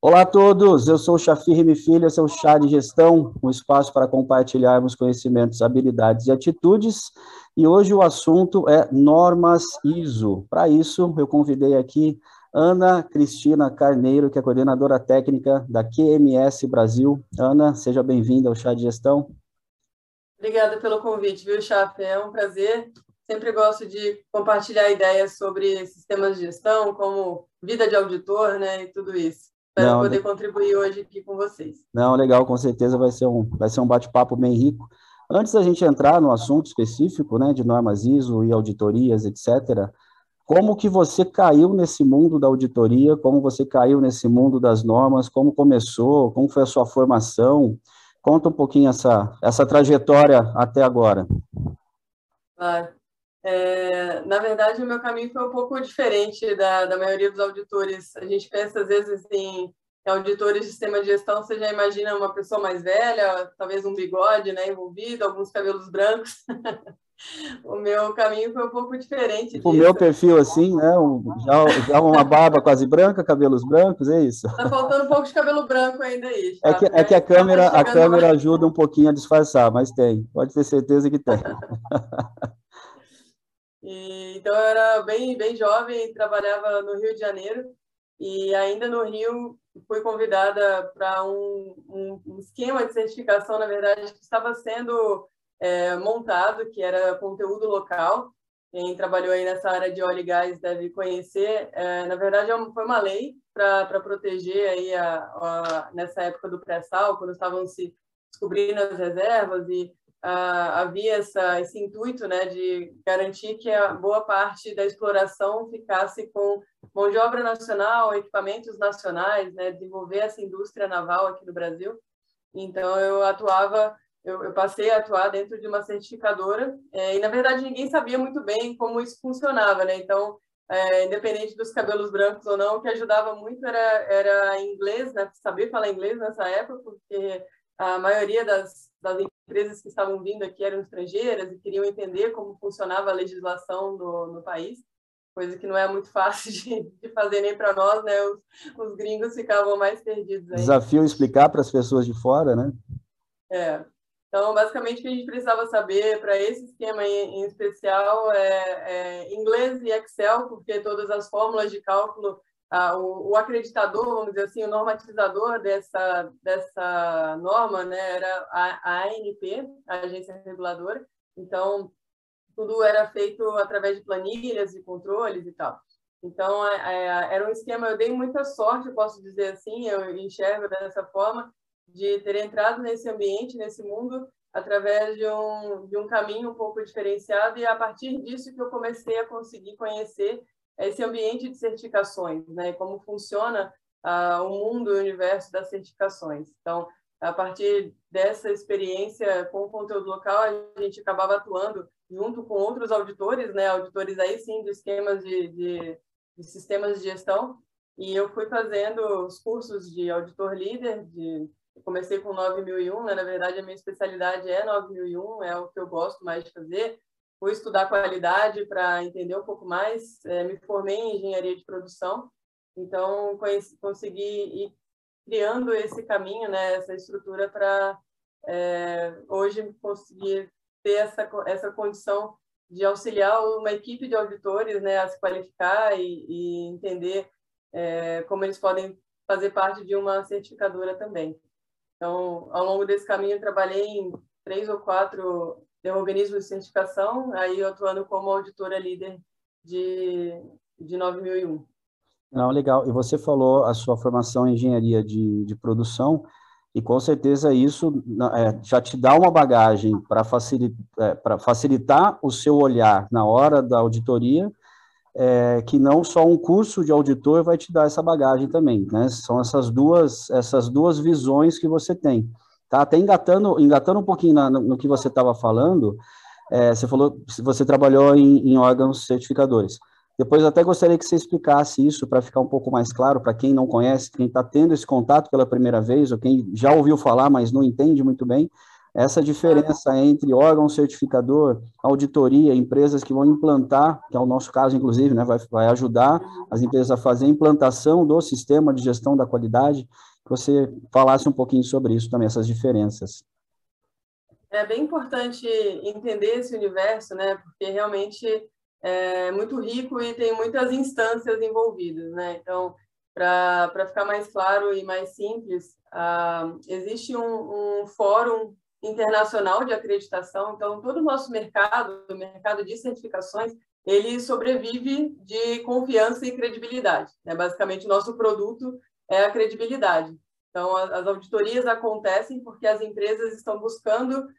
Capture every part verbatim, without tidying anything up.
Olá a todos, eu sou o Chafir Filho, esse é o Chá de Gestão, um espaço para compartilharmos conhecimentos, habilidades e atitudes, e hoje o assunto é normas I S O. Para isso, eu convidei aqui Ana Cristina Carneiro, que é coordenadora técnica da Q M S Brasil. Ana, seja bem-vinda ao Chá de Gestão. Obrigada pelo convite, viu, Chafir? É um prazer. Sempre gosto de compartilhar ideias sobre sistemas de gestão, como vida de auditor, né, e tudo isso. Espero Não, poder contribuir hoje aqui com vocês. Não, legal, com certeza vai ser um, vai ser um bate-papo bem rico. Antes da gente entrar no assunto específico, né, de normas I S O e auditorias, etcétera, como que você caiu nesse mundo da auditoria, como você caiu nesse mundo das normas, como começou, como foi a sua formação? Conta um pouquinho essa, essa trajetória até agora. Claro. É, na verdade, o meu caminho foi um pouco diferente da, da maioria dos auditores. A gente pensa, às vezes, em auditores de sistema de gestão, você já imagina uma pessoa mais velha, talvez um bigode, né, envolvido, alguns cabelos brancos. O meu caminho foi um pouco diferente disso. O meu perfil, assim, né, um, já, já uma barba quase branca, cabelos brancos, é isso? Tá faltando um pouco de cabelo branco ainda aí. É que, é que a câmera, a câmera ajuda um pouquinho a disfarçar, mas tem, pode ter certeza que tem. E, então, eu era bem, bem jovem, trabalhava no Rio de Janeiro, e ainda no Rio fui convidada para um, um, um esquema de certificação, na verdade, que estava sendo é, montado, que era conteúdo local. Quem trabalhou aí nessa área de óleo e gás deve conhecer. É, na verdade, foi uma lei para proteger aí a, a, nessa época do pré-sal, quando estavam se descobrindo as reservas, e ah, havia essa, esse intuito, né, de garantir que a boa parte da exploração ficasse com mão de obra nacional, equipamentos nacionais, né, desenvolver essa indústria naval aqui no Brasil. Então, eu atuava, eu, eu passei a atuar dentro de uma certificadora, é, e, na verdade, ninguém sabia muito bem como isso funcionava, né? Então, é, independente dos cabelos brancos ou não, o que ajudava muito era, era inglês, né, saber falar inglês nessa época, porque a maioria das, das empresas que estavam vindo aqui eram estrangeiras e queriam entender como funcionava a legislação no, no país, coisa que não é muito fácil de, de fazer nem para nós, né? Os, os gringos ficavam mais perdidos aí. Desafio explicar para as pessoas de fora, né? É. Então, basicamente, o que a gente precisava saber para esse esquema em, em especial é, é inglês e Excel, porque todas as fórmulas de cálculo, ah, o, o acreditador, vamos dizer assim, o normatizador dessa, dessa norma, né, era a, a ANP, a Agência Reguladora. Então, tudo era feito através de planilhas e controles e tal. Então, é, é, era um esquema, eu dei muita sorte, eu posso dizer assim, eu enxergo dessa forma, de ter entrado nesse ambiente, nesse mundo, através de um, de um caminho um pouco diferenciado, e a partir disso que eu comecei a conseguir conhecer esse ambiente de certificações, né, como funciona ah, o mundo e o universo das certificações. Então, a partir dessa experiência com o conteúdo local, a gente acabava atuando junto com outros auditores, né, auditores aí sim de esquemas de, de, de sistemas de gestão, e eu fui fazendo os cursos de auditor líder, de, eu comecei com nove mil e um, né, na verdade a minha especialidade é nove mil e um, é o que eu gosto mais de fazer. Fui estudar qualidade para entender um pouco mais, é, me formei em engenharia de produção, então conheci, consegui ir criando esse caminho, né, essa estrutura para é, hoje conseguir ter essa, essa condição de auxiliar uma equipe de auditores, né, a se qualificar e, e entender é, como eles podem fazer parte de uma certificadora também. Então, ao longo desse caminho, eu trabalhei em três ou quatro organismos de certificação, aí eu atuando como auditora líder de, de nove mil e um. Não, legal. E você falou a sua formação em engenharia de, de produção, e com certeza isso é, já te dá uma bagagem para facilitar, é, para facilitar o seu olhar na hora da auditoria, é, que não só um curso de auditor vai te dar essa bagagem também, né? São essas duas, essas duas visões que você tem. Tá? Até engatando, engatando um pouquinho na, no, no que você estava falando, é, você falou que você trabalhou em, em órgãos certificadores. Depois até gostaria que você explicasse isso para ficar um pouco mais claro para quem não conhece, quem está tendo esse contato pela primeira vez, ou quem já ouviu falar, mas não entende muito bem, essa diferença entre órgão certificador, auditoria, empresas que vão implantar, que é o nosso caso, inclusive, né, vai, vai ajudar as empresas a fazer a implantação do sistema de gestão da qualidade, que você falasse um pouquinho sobre isso também, essas diferenças. É bem importante entender esse universo, né, porque realmente é muito rico e tem muitas instâncias envolvidas, né, então, para ficar mais claro e mais simples, ah, existe um, um fórum internacional de acreditação, então todo o nosso mercado, o mercado de certificações, ele sobrevive de confiança e credibilidade, né? Basicamente, o nosso produto é a credibilidade. Então, as auditorias acontecem porque as empresas estão buscando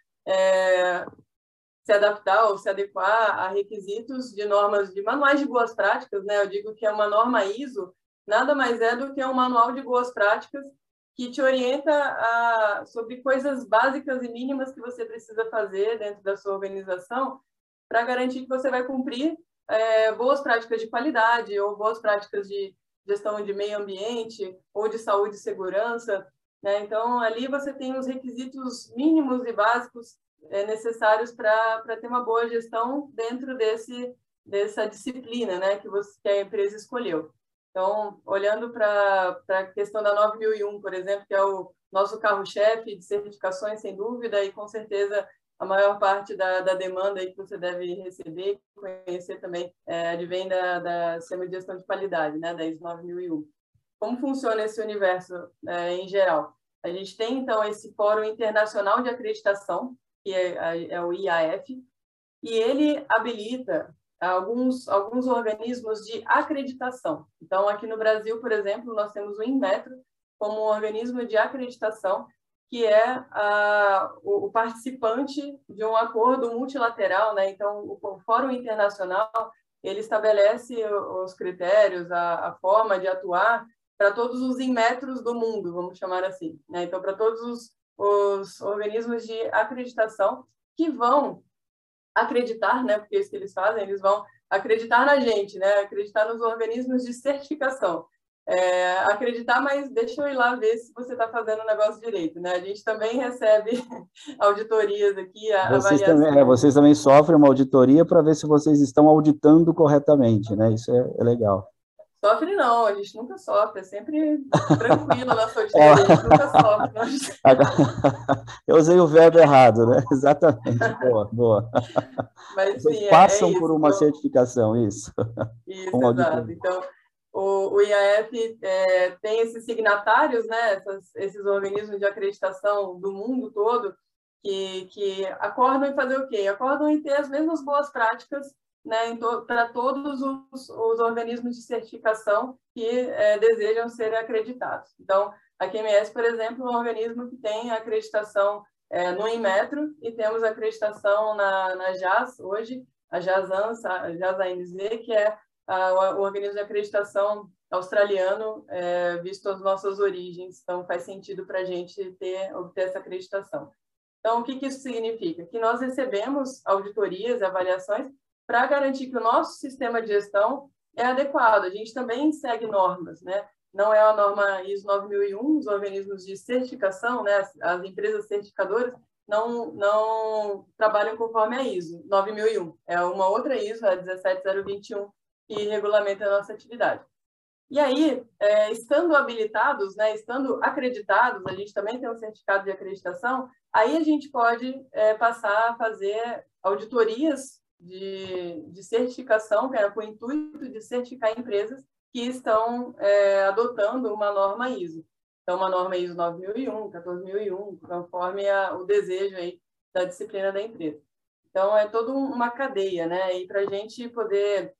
é, se adaptar ou se adequar a requisitos de normas, de manuais de boas práticas, né? Eu digo que é uma norma I S O, nada mais é do que um manual de boas práticas que te orienta a, sobre coisas básicas e mínimas que você precisa fazer dentro da sua organização para garantir que você vai cumprir é, boas práticas de qualidade ou boas práticas de gestão de meio ambiente ou de saúde e segurança, né? Então, ali você tem os requisitos mínimos e básicos é, necessários para ter uma boa gestão dentro desse, dessa disciplina, né, que, você, que a empresa escolheu. Então, olhando para a questão da nove mil e um, por exemplo, que é o nosso carro-chefe de certificações, sem dúvida, e com certeza a maior parte da, da demanda aí que você deve receber, conhecer também, é, advém da, da Sistema de Gestão de Qualidade, né, da I S O nove mil e um. Como funciona esse universo é, em geral? A gente tem, então, esse Fórum Internacional de Acreditação, que é, é o I A F, e ele habilita alguns, alguns organismos de acreditação. Então, aqui no Brasil, por exemplo, nós temos o Inmetro como um organismo de acreditação, que é a, o, o participante de um acordo multilateral, né? Então, o, o Fórum Internacional, ele estabelece os critérios, a, a forma de atuar para todos os Inmetros do mundo, vamos chamar assim, né? Então, para todos os, os organismos de acreditação que vão acreditar, né? Porque é isso que eles fazem, eles vão acreditar na gente, né? Acreditar nos organismos de certificação. É, acreditar, mas deixa eu ir lá ver se você está fazendo o negócio direito, né? A gente também recebe auditorias aqui, Vocês avaliações. também, é, vocês também sofrem uma auditoria para ver se vocês estão auditando corretamente, né? Isso é, é legal. Sofre não, a gente nunca sofre, é sempre tranquilo a nossa auditoria, a gente nunca sofre. Eu usei o verbo errado, né? Exatamente, boa, boa. Mas Vocês sim, é, é passam isso. por uma Então, certificação, isso. isso, Como exato. auditoria. Então, o, o I A F é, tem esses signatários, né, essas, esses organismos de acreditação do mundo todo, que, que acordam em fazer o quê? Acordam em ter as mesmas boas práticas, né, to, para todos os, os organismos de certificação que é, desejam ser acreditados. Então, a Q M S, por exemplo, é um organismo que tem acreditação é, no Inmetro e temos acreditação na, na J A S hoje, a J A S A N S, a J A S A N Z, que é a, o organismo de acreditação australiano, é, visto as nossas origens. Então, faz sentido para a gente ter, obter essa acreditação. Então, o que, que isso significa? Que nós recebemos auditorias e avaliações para garantir que o nosso sistema de gestão é adequado. A gente também segue normas, né? Não é a norma I S O nove mil e um, os organismos de certificação, né? As, as empresas certificadoras não, não trabalham conforme a I S O nove mil e um. É uma outra I S O, a dezessete mil vinte e um, que regulamenta a nossa atividade. E aí, é, estando habilitados, né, estando acreditados, a gente também tem um certificado de acreditação, aí a gente pode é, passar a fazer auditorias de, de certificação, que é com o intuito de certificar empresas que estão é, adotando uma norma I S O. Então, uma norma I S O nove mil e um, quatorze mil e um, conforme a, o desejo aí da disciplina da empresa. Então, é toda uma cadeia, né? E para a gente poder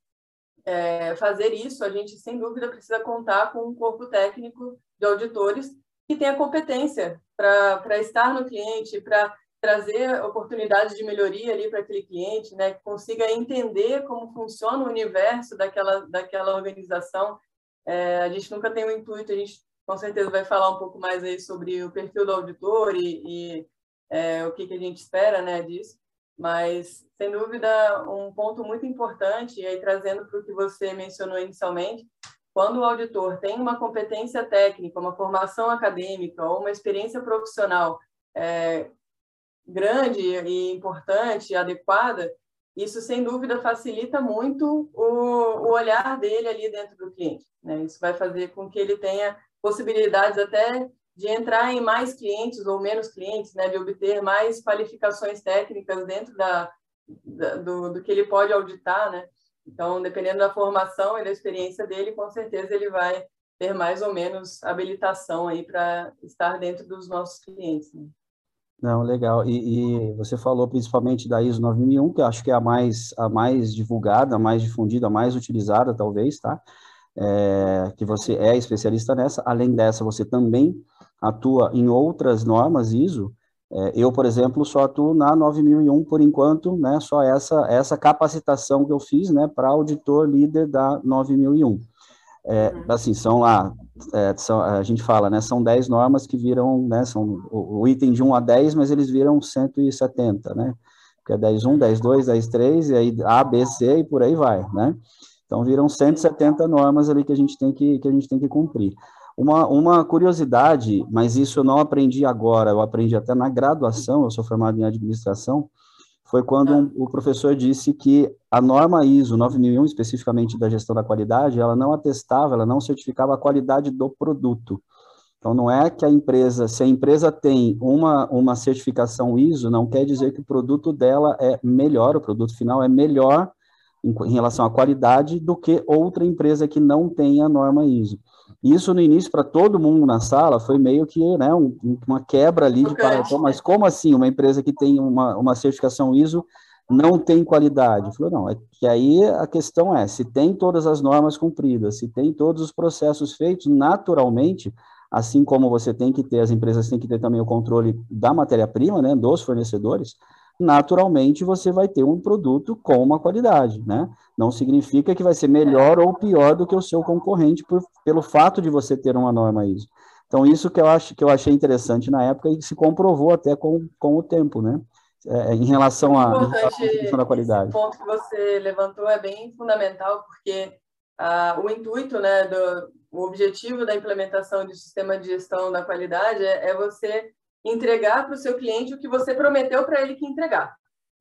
é, fazer isso, a gente, sem dúvida, precisa contar com um corpo técnico de auditores que tenha competência para estar no cliente, para trazer oportunidades de melhoria ali para aquele cliente, né, que consiga entender como funciona o universo daquela, daquela organização. É, a gente nunca tem o intuito, a gente com certeza vai falar um pouco mais aí sobre o perfil do auditor e, e é, o que, que a gente espera, né, disso, mas, sem dúvida, um ponto muito importante, e aí trazendo para o que você mencionou inicialmente, quando o auditor tem uma competência técnica, uma formação acadêmica ou uma experiência profissional é, grande e importante, adequada, isso, sem dúvida, facilita muito o, o olhar dele ali dentro do cliente, né? Isso vai fazer com que ele tenha possibilidades até de entrar em mais clientes ou menos clientes, né? De obter mais qualificações técnicas dentro da, da, do, do que ele pode auditar, né? Então, dependendo da formação e da experiência dele, com certeza ele vai ter mais ou menos habilitação aí para estar dentro dos nossos clientes, né? Não, legal. E, e você falou principalmente da ISO nove mil e um, que eu acho que é a mais, a mais divulgada, a mais difundida, a mais utilizada, talvez, tá? É, que você é especialista nessa. Além dessa, você também atua em outras normas ISO. É, eu, por exemplo, só atuo na nove mil e um por enquanto, né? Só essa, essa capacitação que eu fiz, né? Para auditor líder da nove mil e um. É, Uhum. assim, são lá, é, são, a gente fala, né, são dez normas que viram, né, são o, o item de um a dez, mas eles viram cento e setenta, né, porque é dez um, dez dois, dez três, e aí A, B, C, e por aí vai, né, então viram cento e setenta normas ali que a gente tem que, que a gente tem que cumprir. Uma, uma curiosidade, mas isso eu não aprendi agora, eu aprendi até na graduação, eu sou formado em administração, foi quando um, o professor disse que a norma ISO nove mil e um, especificamente da gestão da qualidade, ela não atestava, ela não certificava a qualidade do produto. Então, não é que a empresa, se a empresa tem uma, uma certificação ISO, não quer dizer que o produto dela é melhor, o produto final é melhor em, em relação à qualidade do que outra empresa que não tenha a norma ISO. Isso, no início, para todo mundo na sala, foi meio que, né, um, uma quebra ali de paradigma. Mas como assim uma empresa que tem uma, uma certificação ISO não tem qualidade? Falou, não, é que aí a questão é, se tem todas as normas cumpridas, se tem todos os processos feitos naturalmente, assim como você tem que ter, as empresas têm que ter também o controle da matéria-prima, né, dos fornecedores, naturalmente você vai ter um produto com uma qualidade, né? Não significa que vai ser melhor ou pior do que o seu concorrente por, pelo fato de você ter uma norma ISO. Então, isso que eu, acho, que eu achei interessante na época e se comprovou até com, com o tempo, né? É, em relação à Importante, da qualidade. esse ponto que você levantou é bem fundamental, porque ah, o intuito, né, do, o objetivo da implementação de sistema de gestão da qualidade é, é você entregar para o seu cliente o que você prometeu para ele que entregar.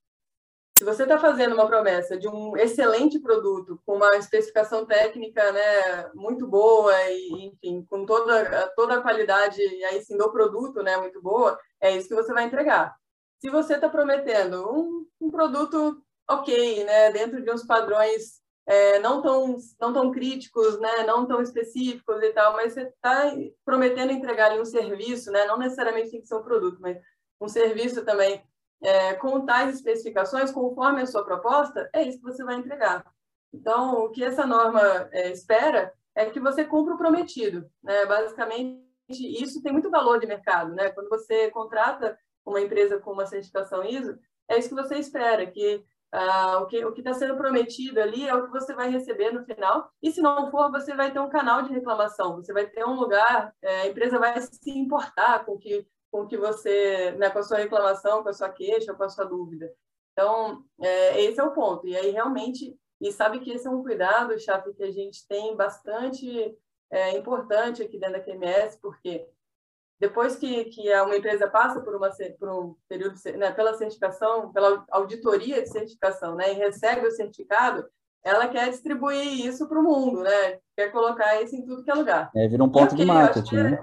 Se você está fazendo uma promessa de um excelente produto, com uma especificação técnica, né, muito boa, e, enfim, com toda, toda a qualidade, e aí sim, do produto, né, muito boa, é isso que você vai entregar. Se você está prometendo um, um produto ok, né, dentro de uns padrões é, não, tão, não tão críticos, né, não tão específicos e tal, mas você está prometendo entregar ali um serviço, né, não necessariamente tem que ser um produto, mas um serviço também, É, com tais especificações, conforme a sua proposta, é isso que você vai entregar. Então, o que essa norma é, espera é que você cumpra o prometido, né? Basicamente, isso tem muito valor de mercado, né? Quando você contrata uma empresa com uma certificação ISO, é isso que você espera, que ah, o que o que está sendo prometido ali é o que você vai receber no final, e se não for, você vai ter um canal de reclamação, você vai ter um lugar, é, a empresa vai se importar com que com que você, né, com a sua reclamação, com a sua queixa, com a sua dúvida. Então, é, esse é o ponto. E aí, realmente, e sabe que esse é um cuidado, Chafe, que a gente tem bastante é, importante aqui dentro da Q M S, porque depois que, que uma empresa passa por, uma, por um período, né, pela certificação, pela auditoria de certificação, né, e recebe o certificado, ela quer distribuir isso para o mundo, né? Quer colocar isso em tudo que é lugar. É, vira um ponto okay, de marketing, né?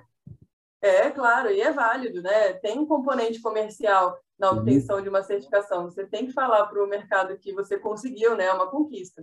É, claro, e é válido, né? Tem um componente comercial na obtenção Uhum. de uma certificação. Você tem que falar para o mercado que você conseguiu, né? É uma conquista.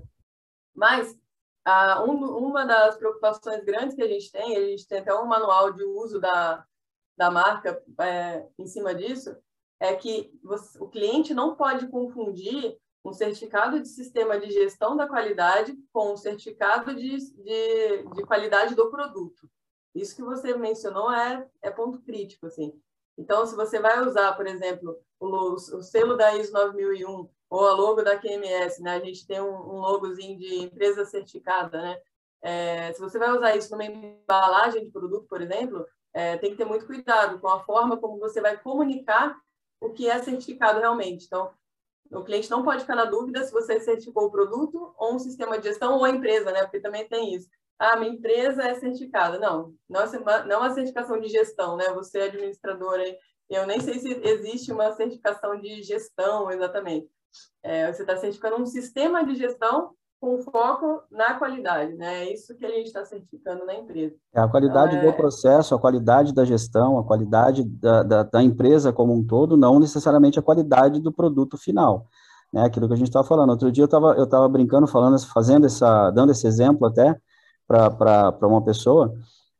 Mas ah, um, uma das preocupações grandes que a gente tem, a gente tem até um manual de uso da, da marca é, em cima disso, é que você, o cliente não pode confundir um certificado de sistema de gestão da qualidade com um certificado de, de, de qualidade do produto. Isso que você mencionou é, é ponto crítico, assim. Então, se você vai usar, por exemplo, o, o selo da ISO nove mil e um ou a logo da Q M S, né? A gente tem um, um logozinho de empresa certificada, né? É, se você vai usar isso numa embalagem de produto, por exemplo, é, tem que ter muito cuidado com a forma como você vai comunicar o que é certificado realmente. Então, o cliente não pode ficar na dúvida se você certificou o produto ou um sistema de gestão ou a empresa, né? Porque também tem isso. Ah, minha empresa é certificada. Não, não é uma certificação de gestão, né? Você é administrador aí eu nem sei se existe uma certificação de gestão exatamente. É, você está certificando um sistema de gestão com foco na qualidade, né? É isso que a gente está certificando na empresa. É a qualidade Então, do é... processo, a qualidade da gestão, a qualidade da, da, da empresa como um todo, não necessariamente a qualidade do produto final, né? Aquilo que a gente estava falando. Outro dia eu estava eu estava brincando, falando, fazendo essa, dando esse exemplo até para uma pessoa.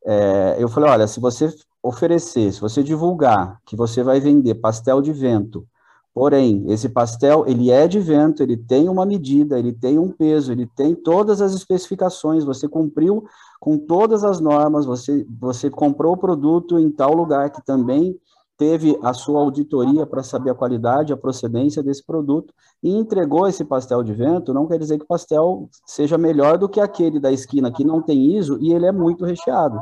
É, eu falei, olha, se você oferecer, se você divulgar que você vai vender pastel de vento, porém, esse pastel, ele é de vento, ele tem uma medida, ele tem um peso, ele tem todas as especificações, você cumpriu com todas as normas, você, você comprou o produto em tal lugar que também teve a sua auditoria para saber a qualidade, a procedência desse produto, e entregou esse pastel de vento, não quer dizer que o pastel seja melhor do que aquele da esquina que não tem I S O e ele é muito recheado.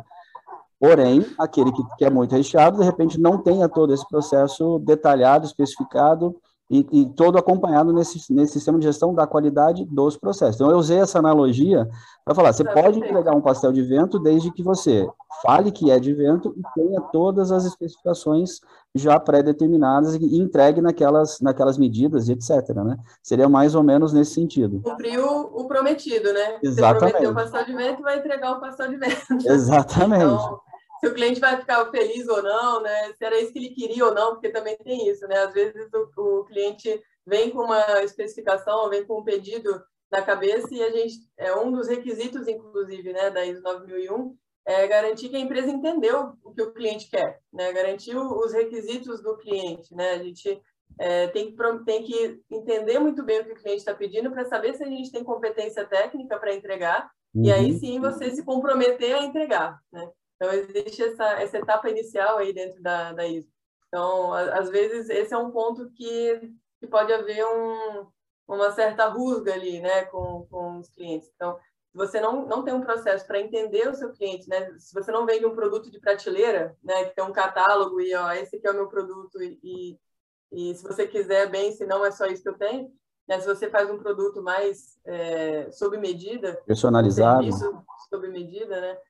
Porém, aquele que, que é muito recheado, de repente, não tenha todo esse processo detalhado, especificado e, e todo acompanhado nesse, nesse sistema de gestão da qualidade dos processos. Então, eu usei essa analogia para falar, você pode entregar um pastel de vento desde que você fale que é de vento e tenha todas as especificações já pré-determinadas e entregue naquelas, naquelas medidas e etcétera, né? Seria mais ou menos nesse sentido. Cumpriu o prometido, né? Exatamente. Você prometeu o pastel de vento e vai entregar o pastel de vento. Exatamente. Então, se o cliente vai ficar feliz ou não, né? Se era isso que ele queria ou não, porque também tem isso, né? Às vezes o, o cliente vem com uma especificação, vem com um pedido na cabeça e a gente, é um dos requisitos, inclusive, né, da I S O nove mil e um, é garantir que a empresa entendeu o que o cliente quer, né? Garantir os requisitos do cliente, né? A gente é, tem, que, tem que entender muito bem o que o cliente está pedindo para saber se a gente tem competência técnica para entregar uhum. E aí sim você se comprometer a entregar, né? Então, existe essa, essa etapa inicial aí dentro da, da I S O. Então, às vezes, esse é um ponto que, que pode haver um, uma certa rusga ali, né, com, com os clientes. Então, se você não, não tem um processo para entender o seu cliente, né, se você não vende um produto de prateleira, né, que tem um catálogo e, ó, esse aqui é o meu produto e, e se você quiser, bem, se não é só isso que eu tenho, né, se você faz um produto mais é, sob medida, personalizado, um serviço sob medida, né,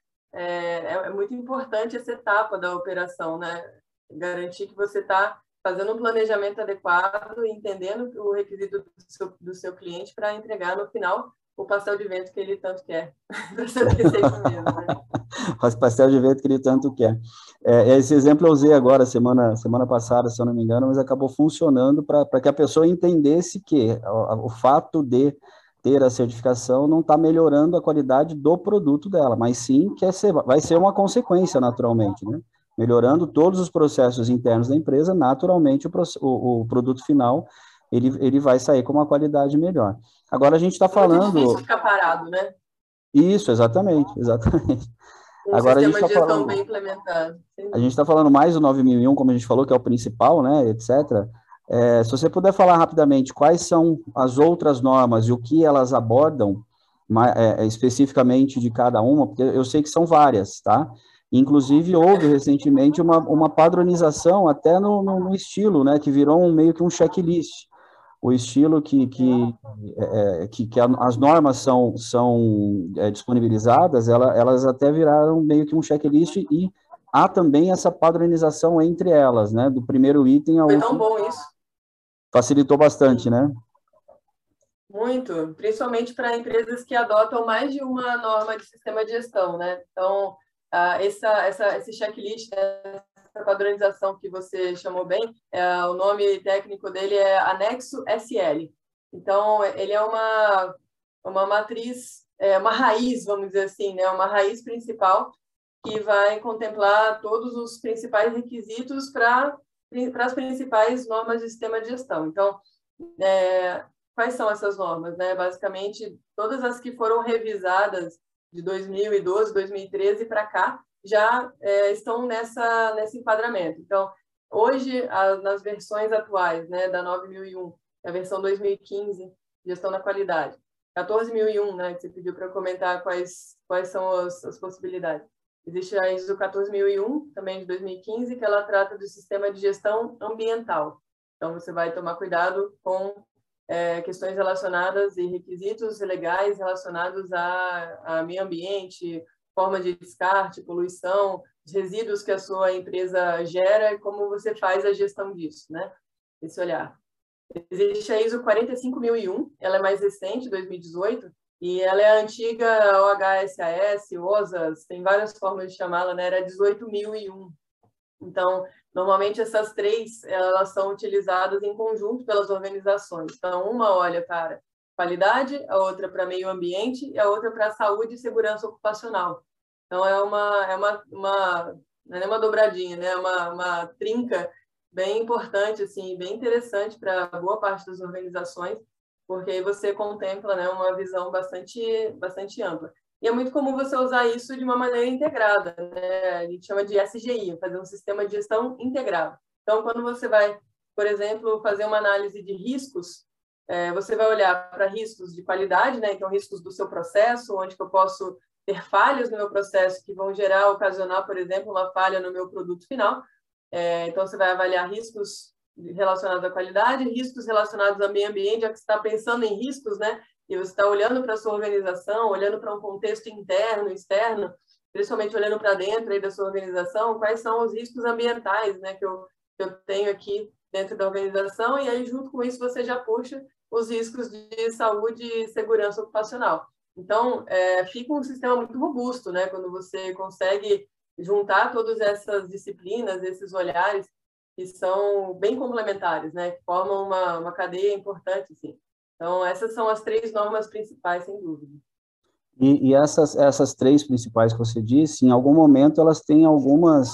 É, é muito importante essa etapa da operação, né? Garantir que você está fazendo um planejamento adequado e entendendo o requisito do seu, do seu cliente para entregar no final o pastel de vento que ele tanto quer. Para saber se é isso mesmo, né? O pastel de vento que ele tanto quer. É, esse exemplo eu usei agora, semana, semana passada, se eu não me engano, mas acabou funcionando para que a pessoa entendesse que o, o fato de ter a certificação não está melhorando a qualidade do produto dela, mas sim que ser, vai ser uma consequência, naturalmente, né? Melhorando todos os processos internos da empresa, naturalmente o, o, o produto final, ele, ele vai sair com uma qualidade melhor. Agora a gente está falando... É difícil ficar parado, né? Isso, exatamente, exatamente. Um Agora a gente sistema está de gestão falando... bem implementado. A gente está falando mais do nove mil e um, como a gente falou, que é o principal, né, etcétera. É, se você puder falar rapidamente quais são as outras normas e o que elas abordam, é, especificamente de cada uma, porque eu sei que são várias, tá? Inclusive, houve recentemente uma, uma padronização até no, no, no estilo, né, que virou um, meio que um checklist. O estilo que, que, é, que, que as normas são, são é, disponibilizadas, ela, elas até viraram meio que um checklist e há também essa padronização entre elas, né, do primeiro item ao último. Foi tão bom isso. Facilitou bastante, né? Muito, principalmente para empresas que adotam mais de uma norma de sistema de gestão, né? Então, ah, essa, essa, esse checklist, né, essa padronização que você chamou bem, é, o nome técnico dele é Anexo S L. Então, ele é uma, uma matriz, é, uma raiz, vamos dizer assim, né? Uma raiz principal que vai contemplar todos os principais requisitos para para as principais normas de sistema de gestão. Então, é, quais são essas normas, né? Basicamente, todas as que foram revisadas de dois mil e doze, dois mil e treze para cá, já é, estão nessa, nesse enquadramento. Então, hoje, a, nas versões atuais, né, da nove mil e um, a versão dois mil e quinze, gestão da qualidade, quatorze mil e um, né, que você pediu para eu comentar quais, quais são as, as possibilidades. Existe a I S O quatorze mil e um, também de dois mil e quinze, que ela trata do sistema de gestão ambiental. Então, você vai tomar cuidado com é, questões relacionadas e requisitos legais relacionados a, a meio ambiente, forma de descarte, poluição, os resíduos que a sua empresa gera e como você faz a gestão disso, né? Esse olhar. Existe a ISO quarenta e cinco mil e um, ela é mais recente, dois mil e dezoito, e ela é a antiga O H S A S, O S A S, tem várias formas de chamá-la, né? Era dezoito mil e um. Então, normalmente essas três, elas são utilizadas em conjunto pelas organizações. Então, uma olha para qualidade, a outra para meio ambiente e a outra para saúde e segurança ocupacional. Então, é uma, é uma, uma não é uma dobradinha, né? É uma, uma trinca bem importante, assim, bem interessante para boa parte das organizações, porque aí você contempla, né, uma visão bastante, bastante ampla. E é muito comum você usar isso de uma maneira integrada, né? A gente chama de S G I, fazer um sistema de gestão integrado. Então, quando você vai, por exemplo, fazer uma análise de riscos, é, você vai olhar para riscos de qualidade, né? Então, riscos do seu processo, onde que eu posso ter falhas no meu processo que vão gerar, ocasionar, por exemplo, uma falha no meu produto final. É, então, você vai avaliar riscos relacionados à qualidade, riscos relacionados ao meio ambiente, já que você está pensando em riscos, né? E você está olhando para a sua organização, olhando para um contexto interno, externo, principalmente olhando para dentro aí da sua organização, quais são os riscos ambientais, né, que eu, que eu tenho aqui dentro da organização, e aí, junto com isso, você já puxa os riscos de saúde e segurança ocupacional. Então, é, fica um sistema muito robusto, né, quando você consegue juntar todas essas disciplinas, esses olhares, que são bem complementares, né, que formam uma, uma cadeia importante, assim. Então, essas são as três normas principais, sem dúvida. E, e essas, essas três principais que você disse, em algum momento elas têm algumas,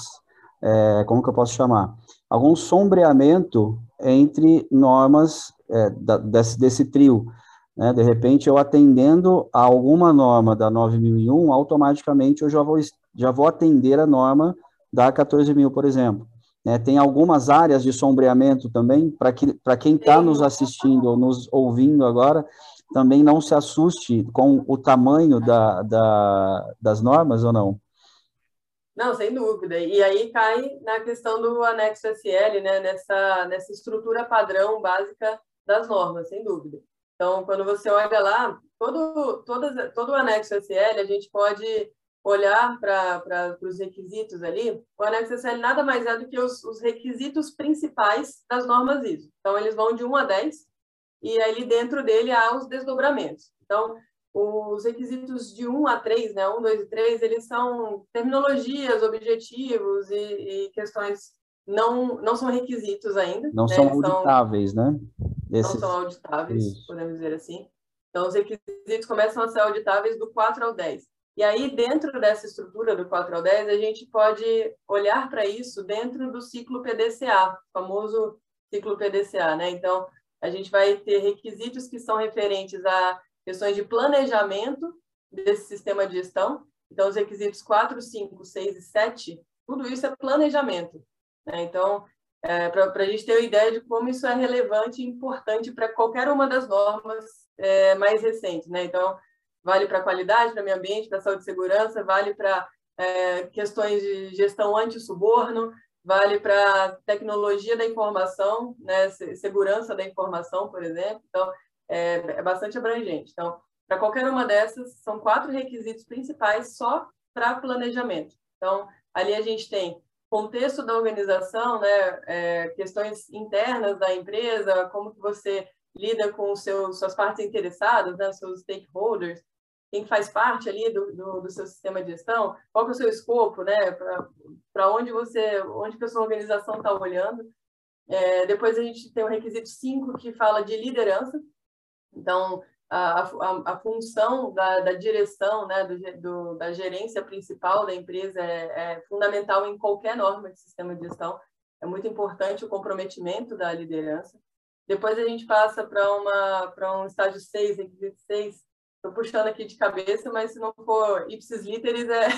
é, como que eu posso chamar? Algum sombreamento entre normas é, da, desse, desse trio, né? De repente, eu atendendo a alguma norma da nove mil e um, automaticamente eu já vou, já vou atender a norma da quatorze mil, por exemplo. Né? Tem algumas áreas de sombreamento também, para que, para quem está nos assistindo ou nos ouvindo agora, também não se assuste com o tamanho da, da, das normas ou não? Não, sem dúvida. E aí cai na questão do anexo S L, né? Nessa, nessa estrutura padrão básica das normas, sem dúvida. Então, quando você olha lá, todo, todas, todo o anexo S L, a gente pode olhar para os requisitos ali. O anexo S L nada mais é do que os, os requisitos principais das normas ISO. Então, eles vão de um a dez, e ali dentro dele há os desdobramentos. Então, os requisitos de um a três, né, um, dois e três, eles são terminologias, objetivos e, e questões, não, não são requisitos ainda. Não Né, são eles auditáveis, são, né? Não Esses... são auditáveis, Isso. podemos dizer assim. Então, os requisitos começam a ser auditáveis do quatro ao dez. E aí, dentro dessa estrutura do quatro ao dez, a gente pode olhar para isso dentro do ciclo P D C A, o famoso ciclo P D C A, né? Então, a gente vai ter requisitos que são referentes a questões de planejamento desse sistema de gestão. Então, os requisitos quatro, cinco, seis e sete, tudo isso é planejamento. Né? Então, é, para a gente ter uma ideia de como isso é relevante e importante para qualquer uma das normas é, mais recentes. Né? Então, vale para qualidade, para meio ambiente, para saúde e segurança, vale para é, questões de gestão anti-suborno, vale para tecnologia da informação, né? Segurança da informação, por exemplo. Então, é, é bastante abrangente. Então, para qualquer uma dessas, são quatro requisitos principais só para planejamento. Então, ali a gente tem contexto da organização, né? É, questões internas da empresa, como que você lida com os seus, suas partes interessadas, né? Seus stakeholders, quem faz parte ali do, do, do seu sistema de gestão, qual que é o seu escopo, né? Para onde você, onde que a sua organização está olhando. É, depois a gente tem o requisito cinco, que fala de liderança. Então, a, a, a função da, da direção, né, do, do, da gerência principal da empresa é, é fundamental em qualquer norma de sistema de gestão. É muito importante o comprometimento da liderança. Depois a gente passa para uma para um estágio seis, requisito seis. Estou puxando aqui de cabeça, mas se não for ipsis literis, é,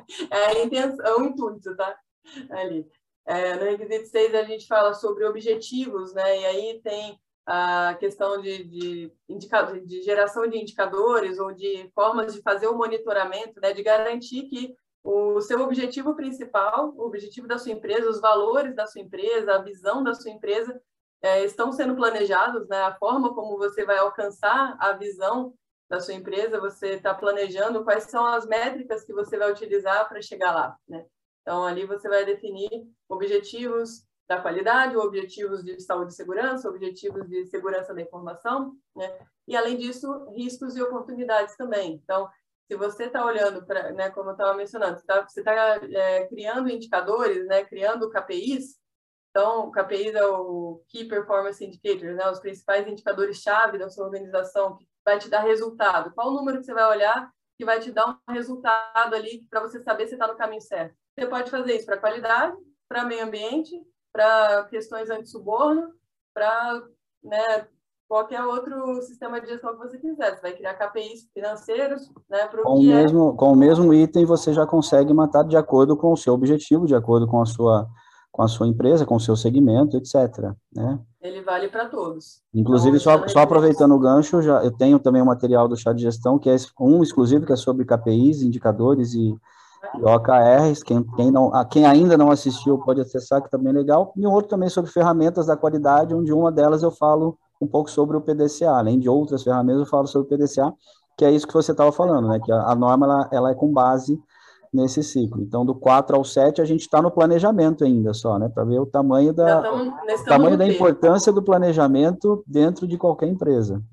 é a intenção, é o intuito, tá? Ali. É, no requisito seis, a gente fala sobre objetivos, né? E aí tem a questão de, de, indicador, de geração de indicadores ou de formas de fazer o monitoramento, né? De garantir que o seu objetivo principal, o objetivo da sua empresa, os valores da sua empresa, a visão da sua empresa, é, estão sendo planejados, né? A forma como você vai alcançar a visão da sua empresa, você está planejando quais são as métricas que você vai utilizar para chegar lá, né? Então, ali você vai definir objetivos da qualidade, objetivos de saúde e segurança, objetivos de segurança da informação, né? E, além disso, riscos e oportunidades também. Então, se você está olhando para, né, como eu estava mencionando, você está tá, é, criando indicadores, né, criando K P Is. Então, o K P I é o Key Performance Indicators, né, os principais indicadores-chave da sua organização, que vai te dar resultado. Qual o número que você vai olhar que vai te dar um resultado ali para você saber se está no caminho certo? Você pode fazer isso para qualidade, para meio ambiente, para questões anti-suborno, para, né, qualquer outro sistema de gestão que você quiser. Você vai criar K P Is financeiros, né, para Com o o que é... mesmo, com o mesmo item, você já consegue matar de acordo com o seu objetivo, de acordo com a sua, com a sua empresa, com o seu segmento, etcétera, né? Ele vale para todos. Inclusive, Então, só, usando só requisitos... aproveitando o gancho, já, eu tenho também um material do chá de gestão, que é um exclusivo, que é sobre K P Is, indicadores e, e O K Rs. Quem, quem, não, quem ainda não assistiu pode acessar, que também é legal. E um outro também sobre ferramentas da qualidade, onde uma delas eu falo um pouco sobre o P D C A. Além de outras ferramentas, eu falo sobre o P D C A, que é isso que você estava falando, né? Que a, a norma ela, ela é com base nesse ciclo. Então, do quatro ao sete, a gente está no planejamento ainda só, né? Para ver o tamanho Já da, estamos, o estamos tamanho no da P. importância do planejamento dentro de qualquer empresa.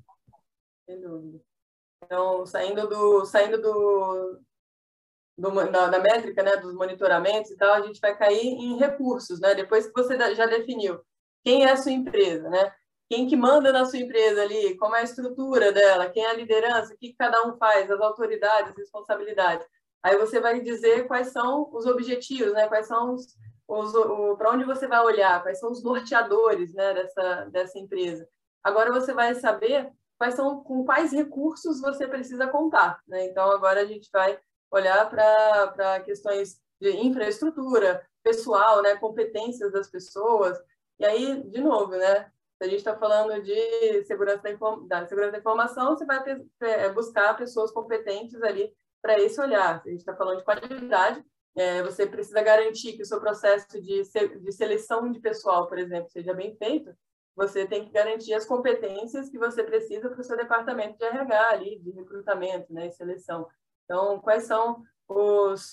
Sem dúvida. Então, saindo do, saindo do, do da, da métrica, né, dos monitoramentos e tal, a gente vai cair em recursos, né? Depois que você já definiu quem é a sua empresa, né? Quem que manda na sua empresa ali, como é a estrutura dela, quem é a liderança, o que cada um faz, as autoridades, as responsabilidades. Aí você vai dizer quais são os objetivos, né? Quais são os, os para onde você vai olhar, quais são os norteadores, né, dessa dessa empresa. Agora você vai saber quais são, com quais recursos você precisa contar, né? Então agora a gente vai olhar para para questões de infraestrutura, pessoal, né, competências das pessoas. E aí, de novo, né, se a gente está falando de segurança da, inform da segurança da informação, você vai ter, é, buscar pessoas competentes ali para esse olhar. Se a gente está falando de qualidade, é, você precisa garantir que o seu processo de, de seleção de pessoal, por exemplo, seja bem feito. Você tem que garantir as competências que você precisa para o seu departamento de R H ali, de recrutamento, né, e seleção. Então, quais são os,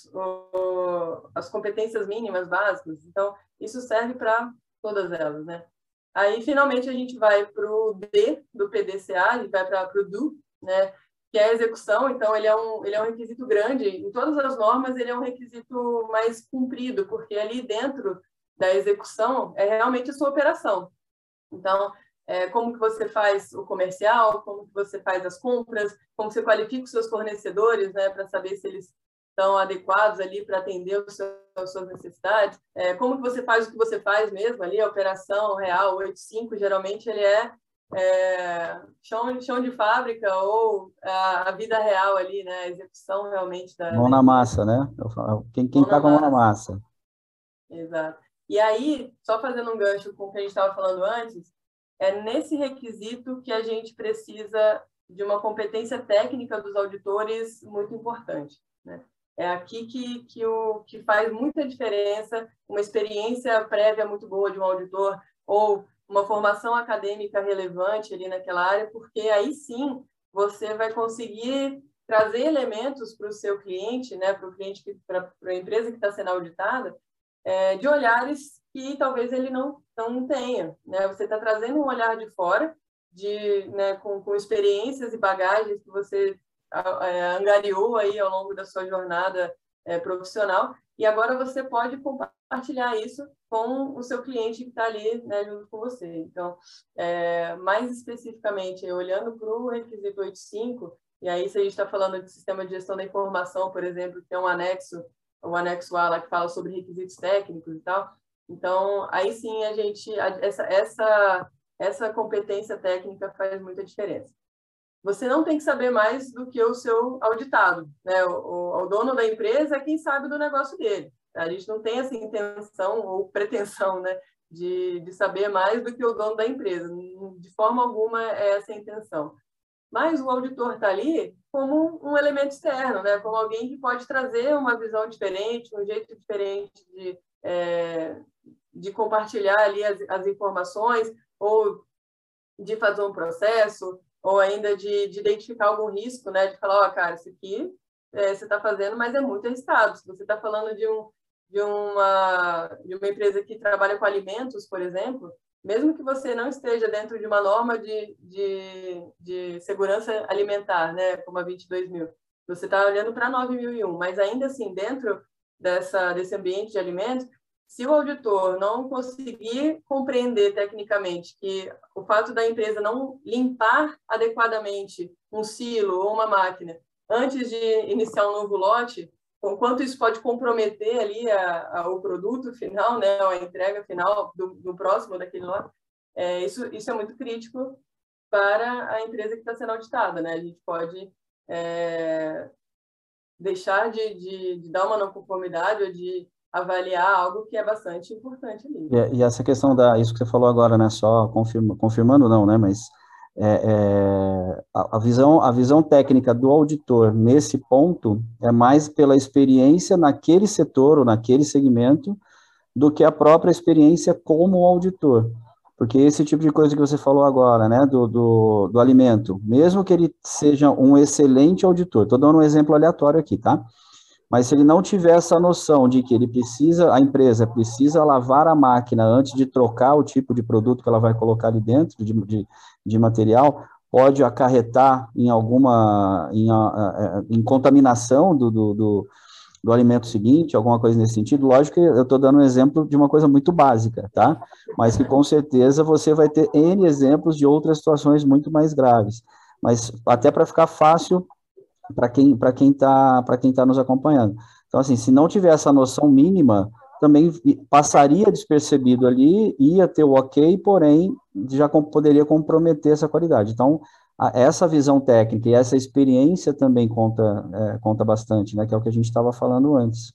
o, as competências mínimas básicas? Então, isso serve para todas elas, né? Aí, finalmente, a gente vai para o D do P D C A, a gente vai para o D O, né? Que é a execução. Então, ele é, um, ele é um requisito grande. Em todas as normas, ele é um requisito mais cumprido, porque ali dentro da execução é realmente a sua operação. Então, é, como que você faz o comercial, como que você faz as compras, como você qualifica os seus fornecedores, né, para saber se eles estão adequados ali para atender os seus, as suas necessidades, é, como que você faz o que você faz mesmo ali, a operação real, oito ponto cinco, geralmente ele é, é chão, chão de fábrica ou a, a vida real ali, né, a execução realmente da, Mão da na empresa. massa, né? Eu falo, quem quem Mão na tá com a mão na massa. massa. Exato. E aí, só fazendo um gancho com o que a gente estava falando antes, é nesse requisito que a gente precisa de uma competência técnica dos auditores muito importante, né? É aqui que, que, o, que faz muita diferença uma experiência prévia muito boa de um auditor ou uma formação acadêmica relevante ali naquela área, porque aí sim você vai conseguir trazer elementos para o seu cliente, né, para o cliente, para a empresa que está sendo auditada, é, de olhares que talvez ele não, não tenha, né? Você está trazendo um olhar de fora, de, né, com, com experiências e bagagens que você é, angariou aí ao longo da sua jornada é, profissional, e agora você pode compartilhar isso com o seu cliente que está ali, né, junto com você. Então, é, mais especificamente, olhando para o requisito oito ponto cinco, e aí se a gente está falando de sistema de gestão da informação, por exemplo, que é um anexo, o anexo A lá que fala sobre requisitos técnicos e tal. Então, aí sim a gente, essa, essa, essa competência técnica faz muita diferença. Você não tem que saber mais do que o seu auditado, né? O, o, o dono da empresa é quem sabe do negócio dele. A gente não tem essa intenção ou pretensão, né, de, de saber mais do que o dono da empresa. De forma alguma é essa a intenção. Mas o auditor está ali como um elemento externo, né? Como alguém que pode trazer uma visão diferente, um jeito diferente de, é, de compartilhar ali as, as informações, ou de fazer um processo, ou ainda de, de identificar algum risco, né? De falar, ó, oh, cara, isso aqui é, você está fazendo, mas é muito arriscado. Se você está falando de um, de uma, de uma empresa que trabalha com alimentos, por exemplo, mesmo que você não esteja dentro de uma norma de, de, de segurança alimentar, né, como a vinte e dois mil, você está olhando para nove mil e um, mas ainda assim, dentro dessa, desse ambiente de alimentos, se o auditor não conseguir compreender tecnicamente que o fato da empresa não limpar adequadamente um silo ou uma máquina antes de iniciar um novo lote, o quanto isso pode comprometer ali a, a, o produto final, né, a entrega final do, do próximo daquele lote, é, isso, isso é muito crítico para a empresa que está sendo auditada, né? A gente pode é, deixar de, de, de dar uma não conformidade ou de avaliar algo que é bastante importante ali. E, e essa questão da, isso que você falou agora, né, só confirma, confirmando não, né, mas é, é, a, a visão, a visão técnica do auditor nesse ponto é mais pela experiência naquele setor ou naquele segmento do que a própria experiência como auditor. Porque esse tipo de coisa que você falou agora, né, do, do, do alimento, mesmo que ele seja um excelente auditor, estou dando um exemplo aleatório aqui, tá? Mas se ele não tiver essa noção de que ele precisa, a empresa precisa lavar a máquina antes de trocar o tipo de produto que ela vai colocar ali dentro, de, de, de material, pode acarretar em alguma, em, em contaminação do, do, do, do alimento seguinte, alguma coisa nesse sentido. Lógico que eu estou dando um exemplo de uma coisa muito básica, tá? Mas que com certeza você vai ter N exemplos de outras situações muito mais graves. Mas até para ficar fácil para quem para quem está para quem tá nos acompanhando. Então, assim, se não tiver essa noção mínima, também passaria despercebido ali, ia ter o ok, porém, já com, poderia comprometer essa qualidade. Então, a, essa visão técnica e essa experiência também conta, é, conta bastante, né, que é o que a gente estava falando antes.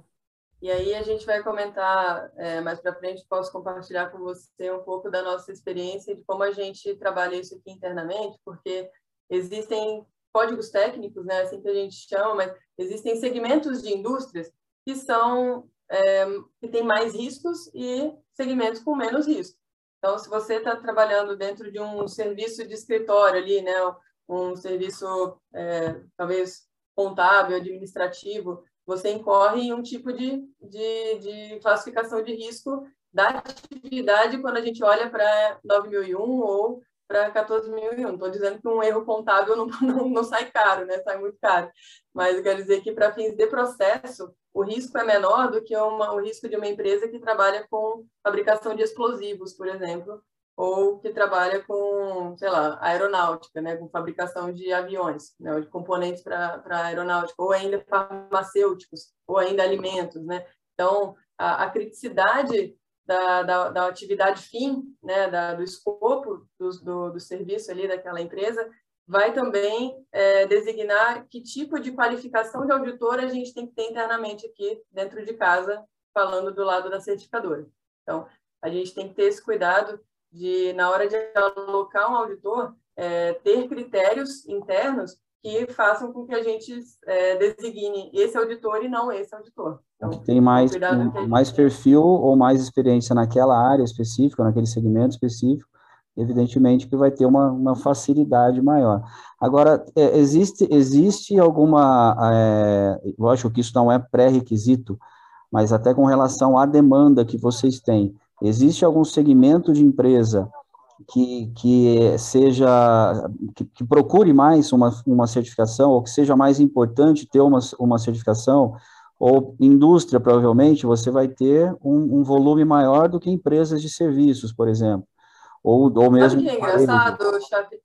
E aí a gente vai comentar é, mais para frente, posso compartilhar com você um pouco da nossa experiência de como a gente trabalha isso aqui internamente, porque existem códigos técnicos, né, assim que a gente chama, mas existem segmentos de indústrias que são é, que têm mais riscos e segmentos com menos risco. Então, se você está trabalhando dentro de um serviço de escritório ali, né, um serviço é, talvez contábil, administrativo, você incorre em um tipo de, de, de classificação de risco da atividade quando a gente olha para nove mil e um ou para quatorze mil e um. Estou dizendo que um erro contábil não, não, não sai caro, né? Sai muito caro. Mas eu quero dizer que, para fins de processo, o risco é menor do que uma, o risco de uma empresa que trabalha com fabricação de explosivos, por exemplo, ou que trabalha com, sei lá, aeronáutica, né? Com fabricação de aviões, né? Ou de componentes para aeronáutica, ou ainda farmacêuticos, ou ainda alimentos, né? Então, a, a criticidade Da, da, da atividade fim, né, da, do escopo do, do, do serviço ali daquela empresa, vai também é, designar que tipo de qualificação de auditor a gente tem que ter internamente aqui dentro de casa, falando do lado da certificadora. Então, a gente tem que ter esse cuidado de, na hora de alocar um auditor, é, ter critérios internos que façam com que a gente é, designe esse auditor e não esse auditor. Então, que tem mais, um, mais perfil ou mais experiência naquela área específica, naquele segmento específico, evidentemente que vai ter uma, uma facilidade maior. Agora, é, existe, existe alguma, é, lógico que isso não é pré-requisito, mas até com relação à demanda que vocês têm, existe algum segmento de empresa que, que seja, que, que procure mais uma, uma certificação, ou que seja mais importante ter uma, uma certificação, ou indústria, provavelmente, você vai ter um, um volume maior do que empresas de serviços, por exemplo, ou, ou mesmo... Sabe o que é engraçado, Chape?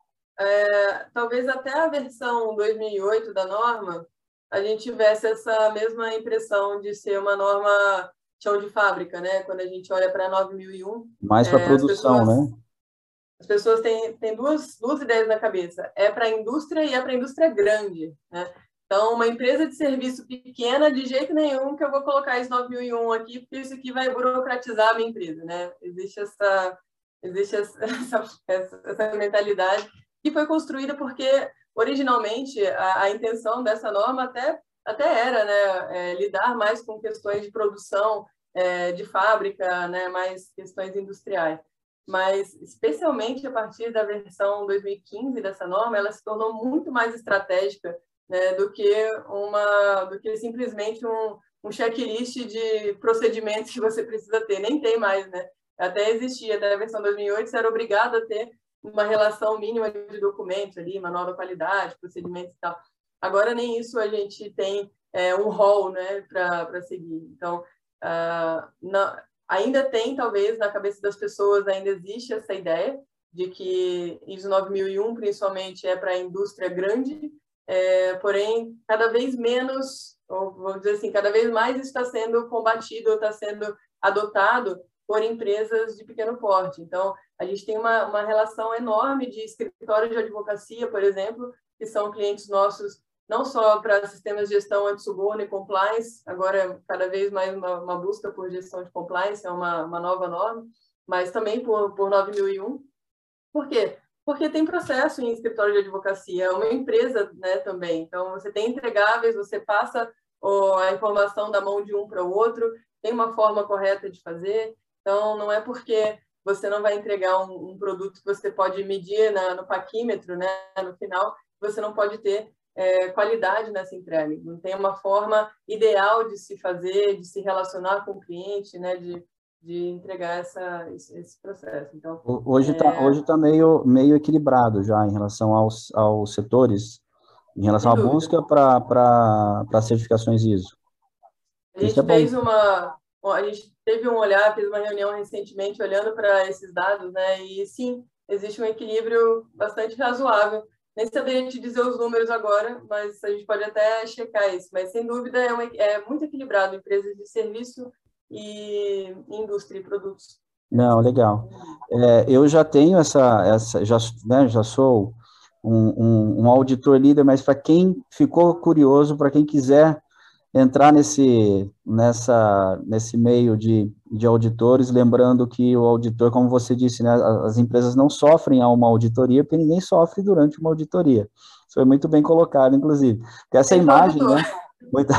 É, talvez até a versão dois mil e oito da norma, a gente tivesse essa mesma impressão de ser uma norma chão de fábrica, né? Quando a gente olha para nove mil e um. Mais para é, produção, as pessoas, né? As pessoas têm, têm duas, duas ideias na cabeça. É para a indústria e é para a indústria grande, né? Então, uma empresa de serviço pequena, de jeito nenhum que eu vou colocar esse nove mil e um aqui, porque isso aqui vai burocratizar a minha empresa, né? Existe essa, existe essa, essa, essa mentalidade que foi construída porque, originalmente, a, a intenção dessa norma até, até era, né, é, lidar mais com questões de produção, é, de fábrica, né, mais questões industriais. Mas, especialmente a partir da versão dois mil e quinze dessa norma, ela se tornou muito mais estratégica, né, do que uma, do que simplesmente um, um checklist de procedimentos que você precisa ter, nem tem mais, né? Até existia, até a versão dois mil e oito, você era obrigado a ter uma relação mínima de documentos ali, manual da qualidade, procedimentos e tal. Agora nem isso a gente tem é, um rol, né, para seguir. Então, uh, não, ainda tem, talvez, na cabeça das pessoas, ainda existe essa ideia de que ISO nove mil e um, principalmente, é para a indústria grande, é, porém, cada vez menos, ou vamos dizer assim, cada vez mais está sendo combatido, ou está sendo adotado por empresas de pequeno porte. Então, a gente tem uma, uma relação enorme de escritórios de advocacia, por exemplo, que são clientes nossos, não só para sistemas de gestão anti-suborno e compliance, agora cada vez mais uma, uma busca por gestão de compliance, é uma, uma nova norma, mas também por, por nove mil e um. Por quê? Porque tem processo em escritório de advocacia, é uma empresa, né, também. Então, você tem entregáveis, você passa oh, a informação da mão de um para o outro, tem uma forma correta de fazer. Então, não é porque você não vai entregar um, um produto que você pode medir na, no paquímetro, né, no final, você não pode ter é, qualidade nessa entrega. Não tem uma forma ideal de se fazer, de se relacionar com o cliente, né, de, de entregar essa, esse, esse processo. Então, hoje está é... hoje tá meio, meio equilibrado já em relação aos, aos setores, em relação à busca para certificações ISO. A gente é fez uma... A gente teve um olhar, fez uma reunião recentemente olhando para esses dados, né? E sim, existe um equilíbrio bastante razoável. Nem saberia te dizer os números agora, mas a gente pode até checar isso. Mas, sem dúvida, é, uma, é muito equilibrado, empresas de serviço e indústria e produtos. Não, legal. É, eu já tenho essa, essa já, né, já sou um, um, um auditor líder, mas para quem ficou curioso, para quem quiser entrar nesse, nessa, nesse meio de, de auditores, lembrando que o auditor, como você disse, né, as empresas não sofrem a uma auditoria, porque ninguém sofre durante uma auditoria. Isso foi muito bem colocado, inclusive. Porque essa imagem, né, muita,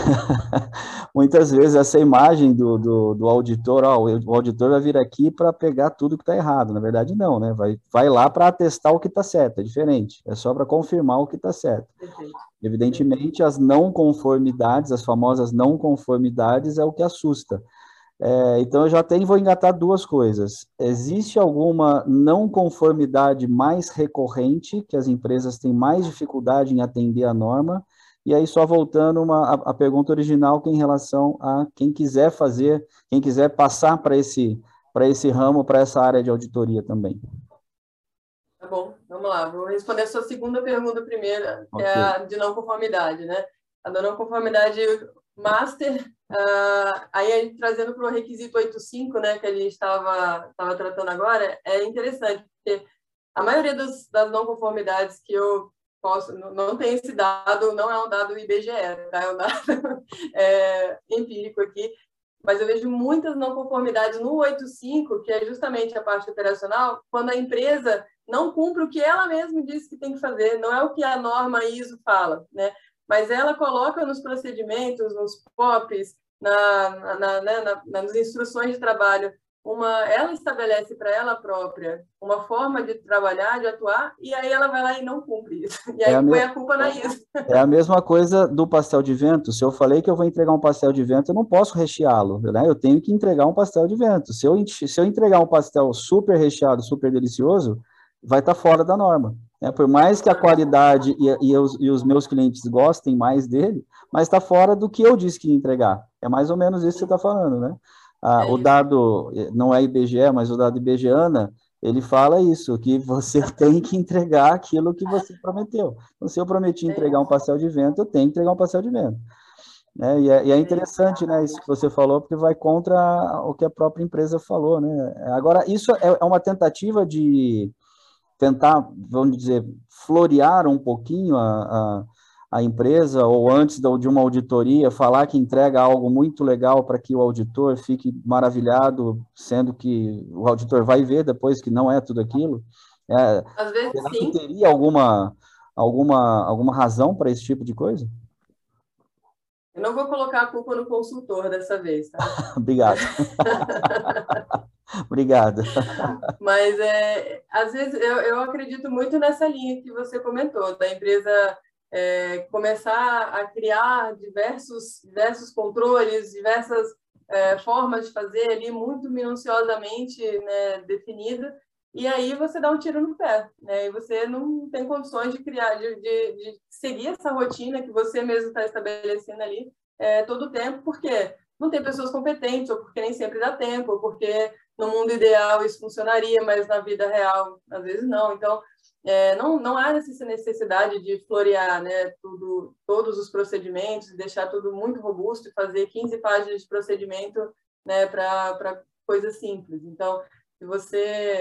muitas vezes essa imagem do, do, do auditor, ó, o auditor vai vir aqui para pegar tudo que está errado. Na verdade, não, né? Vai, vai lá para atestar o que está certo, é diferente. É só para confirmar o que está certo. Perfeito. Evidentemente, as não conformidades, as famosas não conformidades, é o que assusta. É, então, eu já tenho, vou engatar duas coisas. Existe alguma não conformidade mais recorrente, que as empresas têm mais dificuldade em atender a norma? E aí, só voltando uma, a, a pergunta original, que é em relação a quem quiser fazer, quem quiser passar para esse, para esse ramo, para essa área de auditoria também. Tá bom, vamos lá. Vou responder a sua segunda pergunta primeiro, que okay. é a de não conformidade, né? A da não conformidade master, uh, aí trazendo para o requisito oito ponto cinco, né, que a gente estava estava tratando agora, é interessante, porque a maioria dos, das não conformidades que eu posso, não, não tem esse dado, não é um dado I B G E, tá? É um dado é, empírico aqui, mas eu vejo muitas não conformidades no oito ponto cinco, que é justamente a parte operacional, quando a empresa não cumpre o que ela mesma disse que tem que fazer, não é o que a norma ISO fala, né? Mas ela coloca nos procedimentos, nos P O Ps, na, na, na, na, nas instruções de trabalho, uma, ela estabelece para ela própria uma forma de trabalhar, de atuar, e aí ela vai lá e não cumpre isso. E aí é põe a, a culpa na ISO. É a mesma coisa do pastel de vento. Se eu falei que eu vou entregar um pastel de vento, eu não posso recheá-lo, né? Eu tenho que entregar um pastel de vento. Se eu, se eu entregar um pastel super recheado, super delicioso, vai estar fora da norma. Né? Por mais que a qualidade e, e, os, e os meus clientes gostem mais dele, mas está fora do que eu disse que ia entregar. É mais ou menos isso que você está falando, né? Ah, é o dado, não é I B G E, mas o dado IBGEANA, ele fala isso, que você tem que entregar aquilo que você prometeu. Então, se eu prometi entregar um pastel de vento, eu tenho que entregar um pastel de vento. É, e, é, e é interessante, né, isso que você falou, porque vai contra o que a própria empresa falou, né? Agora, isso é, é uma tentativa de tentar, vamos dizer, florear um pouquinho a, a, a empresa, ou antes de uma auditoria, falar que entrega algo muito legal para que o auditor fique maravilhado, sendo que o auditor vai ver depois que não é tudo aquilo. É, Às vezes, sim. Teria alguma, alguma, alguma razão para esse tipo de coisa? Eu não vou colocar a culpa no consultor dessa vez, tá? Obrigado. Obrigado. Mas, é, às vezes, eu, eu acredito muito nessa linha que você comentou, da empresa é, começar a criar diversos, diversos controles, diversas é, formas de fazer ali muito minuciosamente, né, definida, e aí você dá um tiro no pé, né? E você não tem condições de criar, de, de, de seguir essa rotina que você mesmo está estabelecendo ali é, todo o tempo, porque não tem pessoas competentes, ou porque nem sempre dá tempo, ou porque no mundo ideal isso funcionaria, mas na vida real às vezes não. Então, é, não, não há essa necessidade de florear, né, tudo, todos os procedimentos, deixar tudo muito robusto e fazer quinze páginas de procedimento, né, para coisas simples. Então, se você,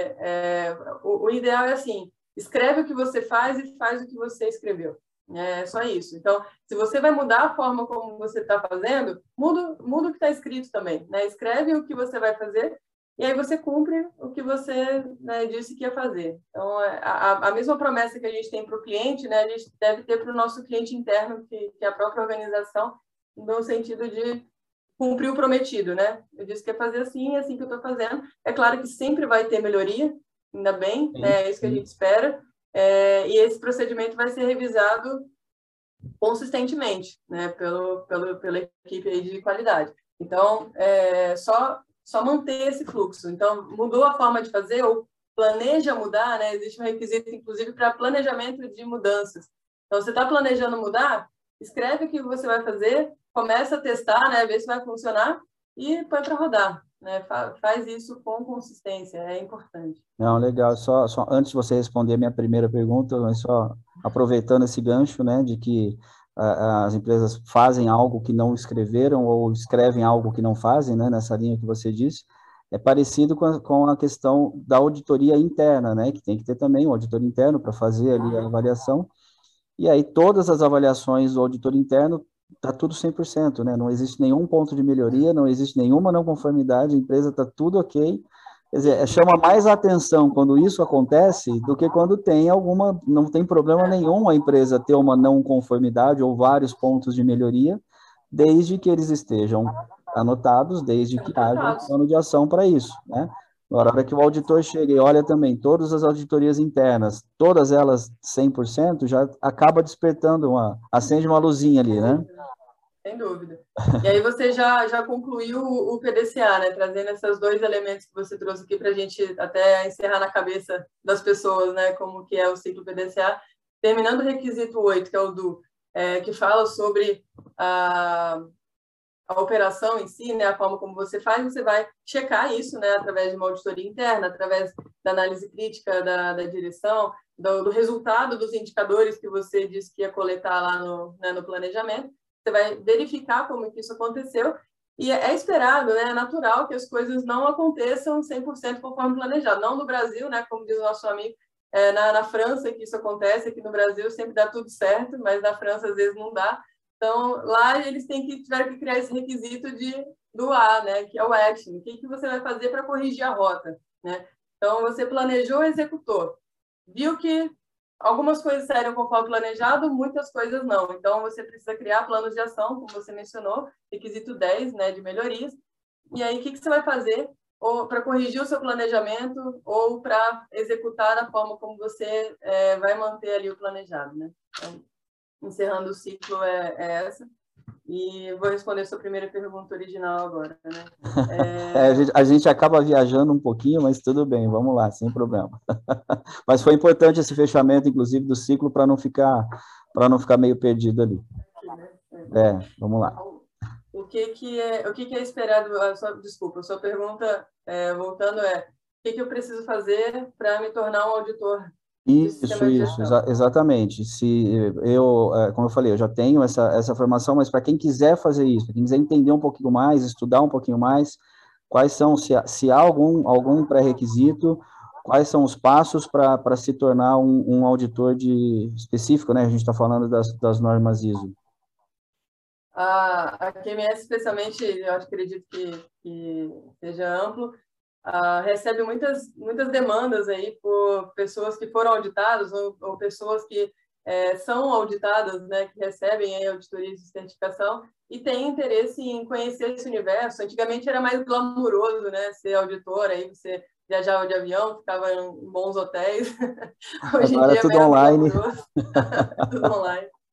é, o, o ideal é assim, escreve o que você faz e faz o que você escreveu. É só isso. Então, se você vai mudar a forma como você está fazendo, muda, muda o que está escrito também, né? Escreve o que você vai fazer e aí você cumpre o que você, né, disse que ia fazer. Então, a, a mesma promessa que a gente tem para o cliente, né, a gente deve ter para o nosso cliente interno, que, que é a própria organização, no sentido de cumprir o prometido, né? Eu disse que ia fazer assim, é assim que eu estou fazendo. É claro que sempre vai ter melhoria, ainda bem, né? É isso que a gente espera. É, e esse procedimento vai ser revisado consistentemente, né, pelo, pelo, pela equipe aí de qualidade. Então, é, só, só manter esse fluxo. Então, mudou a forma de fazer ou planeja mudar, né? Existe um requisito, inclusive, para planejamento de mudanças. Então, você está planejando mudar, escreve o que você vai fazer, começa a testar, né, ver se vai funcionar e põe para rodar. Né? Faz isso com consistência, é importante. Não, legal. Só, só antes de você responder a minha primeira pergunta, mas só aproveitando esse gancho, né, de que a, as empresas fazem algo que não escreveram ou escrevem algo que não fazem, né, nessa linha que você disse, é parecido com a, com a questão da auditoria interna, né, que tem que ter também um auditor interno para fazer ali a avaliação, e aí todas as avaliações do auditor interno está tudo cem por cento, né, não existe nenhum ponto de melhoria, não existe nenhuma não conformidade, a empresa está tudo ok. Quer dizer, chama mais atenção quando isso acontece do que quando tem alguma, não tem problema nenhum a empresa ter uma não conformidade ou vários pontos de melhoria, desde que eles estejam anotados, desde que haja um plano de ação para isso, né? Agora, a hora que o auditor chega e olha também todas as auditorias internas, todas elas cem por cento, já acaba despertando uma, acende uma luzinha ali, né? Sem dúvida. E aí você já, já concluiu o P D C A, né? Trazendo esses dois elementos que você trouxe aqui para a gente até encerrar na cabeça das pessoas, né? Como que é o ciclo P D C A. Terminando o requisito oito, que é o do, é, que fala sobre a, a operação em si, né? A forma como você faz, você vai checar isso, né? Através de uma auditoria interna, através da análise crítica da, da direção, do, do resultado dos indicadores que você disse que ia coletar lá no, né, no planejamento. Você vai verificar como que isso aconteceu e é esperado, né, é natural que as coisas não aconteçam cem por cento conforme planejado. Não no Brasil, né, como diz o nosso amigo, é na, na França que isso acontece, aqui no Brasil sempre dá tudo certo, mas na França às vezes não dá. Então, lá eles têm que, tiveram que criar esse requisito de, do A, né, que é o action. O que, que você vai fazer para corrigir a rota, né? Então, você planejou e executou. Viu que algumas coisas saíram conforme planejado, muitas coisas não. Então, você precisa criar planos de ação, como você mencionou, requisito dez, né, de melhorias. E aí, o que, que você vai fazer ou para corrigir o seu planejamento ou para executar da forma como você é, vai manter ali o planejado, né? Então, encerrando o ciclo é, é essa. E vou responder a sua primeira pergunta original agora, né? É... É, a, gente, a gente acaba viajando um pouquinho, mas tudo bem, vamos lá, sem problema. Mas foi importante esse fechamento, inclusive, do ciclo, para não ficar, para não ficar meio perdido ali. É, vamos lá. O que que é, o que que é esperado? A sua, desculpa, a sua pergunta, é, voltando, é o que que eu preciso fazer para me tornar um auditor? Isso, isso, exa exatamente. Se eu, como eu falei, eu já tenho essa, essa formação, mas para quem quiser fazer isso, para quem quiser entender um pouquinho mais, estudar um pouquinho mais, quais são, se, se há algum, algum pré-requisito, quais são os passos para se tornar um, um auditor de, específico, né? A gente está falando das, das normas I S O. A, a Q M S, especialmente, eu acredito que, que seja amplo, Uh, recebe muitas, muitas demandas aí por pessoas que foram auditadas ou, ou pessoas que é, são auditadas, né, que recebem aí auditoria de certificação e têm interesse em conhecer esse universo. Antigamente era mais glamuroso, né, ser auditor, aí você viajava de avião, ficava em bons hotéis. Hoje em Agora dia é tudo menos online. glamuroso, tudo online.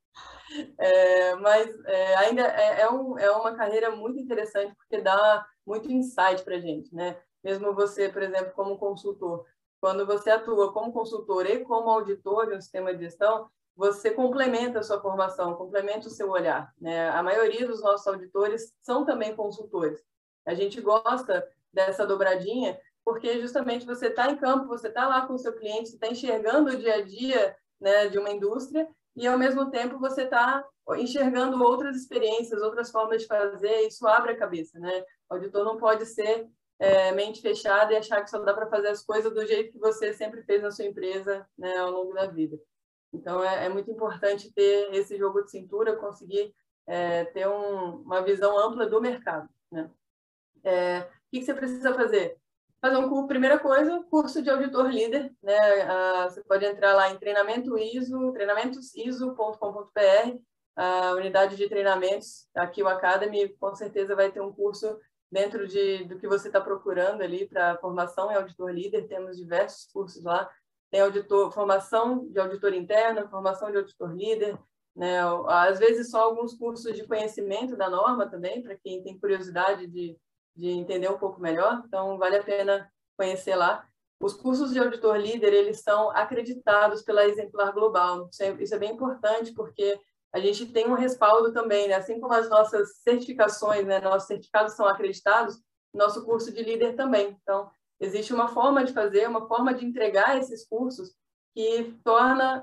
É, mas é, ainda é, é, um, é uma carreira muito interessante, porque dá muito insight para a gente, né? Mesmo você, por exemplo, como consultor, quando você atua como consultor e como auditor de um sistema de gestão, você complementa a sua formação, complementa o seu olhar, né? A maioria dos nossos auditores são também consultores. A gente gosta dessa dobradinha, porque justamente você está em campo, você está lá com o seu cliente, você está enxergando o dia a dia, né, de uma indústria, e ao mesmo tempo você está enxergando outras experiências, outras formas de fazer, isso abre a cabeça, né? O auditor não pode ser é, mente fechada e achar que só dá para fazer as coisas do jeito que você sempre fez na sua empresa, né, ao longo da vida. Então, é, é muito importante ter esse jogo de cintura, conseguir é, ter um, uma visão ampla do mercado, né? É, o que, que você precisa fazer? Fazer um curso, primeira coisa, curso de auditor líder, né? Ah, você pode entrar lá em treinamento ISO, treinamentos I S O ponto com ponto B R, a unidade de treinamentos, aqui o Academy, com certeza vai ter um curso dentro de, do que você está procurando ali para formação em auditor líder, temos diversos cursos lá, tem auditor, formação de auditor interno, formação de auditor líder, né? Às vezes só alguns cursos de conhecimento da norma também, para quem tem curiosidade de de entender um pouco melhor, então vale a pena conhecer lá. Os cursos de auditor líder, eles são acreditados pela Exemplar Global, isso é, isso é bem importante, porque a gente tem um respaldo também, né? Assim como as nossas certificações, né? Nossos certificados são acreditados, nosso curso de líder também. Então, existe uma forma de fazer, uma forma de entregar esses cursos que torna,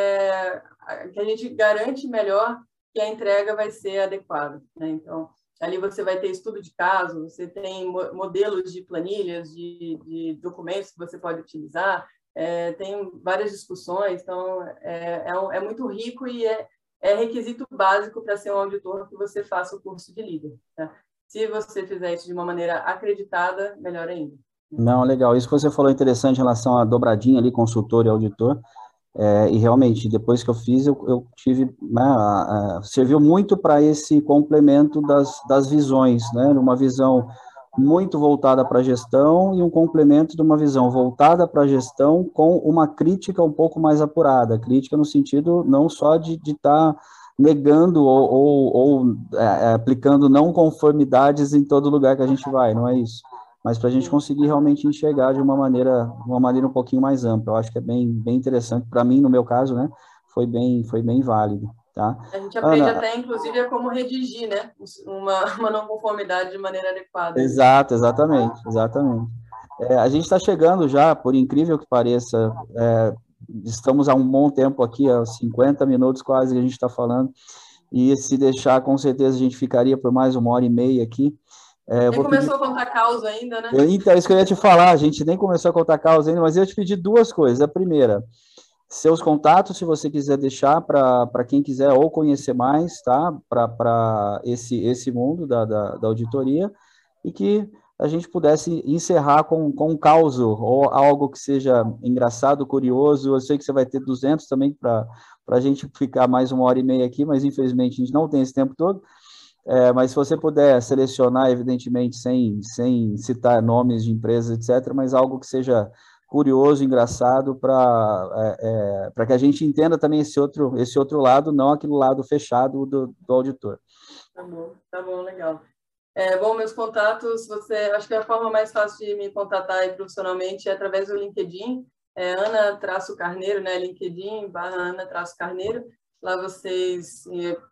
é, que a gente garante melhor que a entrega vai ser adequada, né? Então, ali você vai ter estudo de caso, você tem modelos de planilhas, de, de documentos que você pode utilizar, é, tem várias discussões, então é, é, um, é muito rico e é, é requisito básico para ser um auditor que você faça o curso de líder, tá? Se você fizer isso de uma maneira acreditada, melhor ainda. Não, legal. Isso que você falou é interessante em relação à dobradinha ali, consultor e auditor. É, e realmente, depois que eu fiz, eu, eu tive, né, a, a, serviu muito para esse complemento das, das visões, né, uma visão muito voltada para a gestão e um complemento de uma visão voltada para a gestão com uma crítica um pouco mais apurada, crítica no sentido não só de estar tá negando ou, ou, ou é, aplicando não conformidades em todo lugar que a gente vai, não é isso? Mas para a gente conseguir realmente enxergar de uma maneira, uma maneira um pouquinho mais ampla. Eu acho que é bem, bem interessante. Para mim, no meu caso, né, foi bem, foi bem válido, tá? A gente aprende Ana, até, inclusive, a como redigir, né, uma, uma não conformidade de maneira adequada. Exato, exatamente, exatamente. É, a gente está chegando já, por incrível que pareça, é, estamos há um bom tempo aqui, há cinquenta minutos quase que a gente está falando, e se deixar, com certeza a gente ficaria por mais uma hora e meia aqui. É, eu Nem vou pedir... começou a contar causa ainda, né? Eu, então, isso que eu ia te falar, a gente nem começou a contar causa ainda, mas eu ia te pedir duas coisas. A primeira, seus contatos, se você quiser deixar para quem quiser ou conhecer mais, tá? Para esse, esse mundo da, da, da auditoria, e que a gente pudesse encerrar com, com um caos ou algo que seja engraçado, curioso. Eu sei que você vai ter duzentos também para a gente ficar mais uma hora e meia aqui, mas infelizmente a gente não tem esse tempo todo. É, mas se você puder selecionar, evidentemente, sem, sem citar nomes de empresas, etcétera, mas algo que seja curioso, engraçado, para é, é, para que a gente entenda também esse outro, esse outro lado, não aquele lado fechado do, do auditor. Tá bom, tá bom, legal. É, bom, meus contatos, você, acho que a forma mais fácil de me contatar aí profissionalmente é através do LinkedIn, é Ana-Carneiro, né, LinkedIn, barra Ana-Carneiro. Lá vocês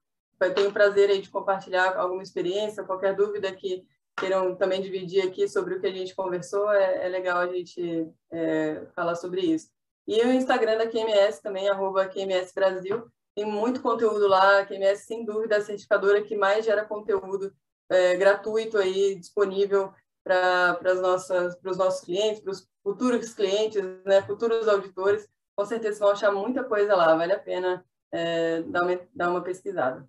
é, têm o prazer aí de compartilhar alguma experiência, qualquer dúvida que queiram também dividir aqui sobre o que a gente conversou, é, é legal a gente é, falar sobre isso. E o Instagram da Q M S também, arroba Q M S Brasil, tem muito conteúdo lá, a Q M S, sem dúvida, é a certificadora que mais gera conteúdo é, gratuito aí, disponível para os nossos clientes, para os futuros clientes, né, futuros auditores. Com certeza vão achar muita coisa lá, vale a pena é, dar, uma, dar uma pesquisada.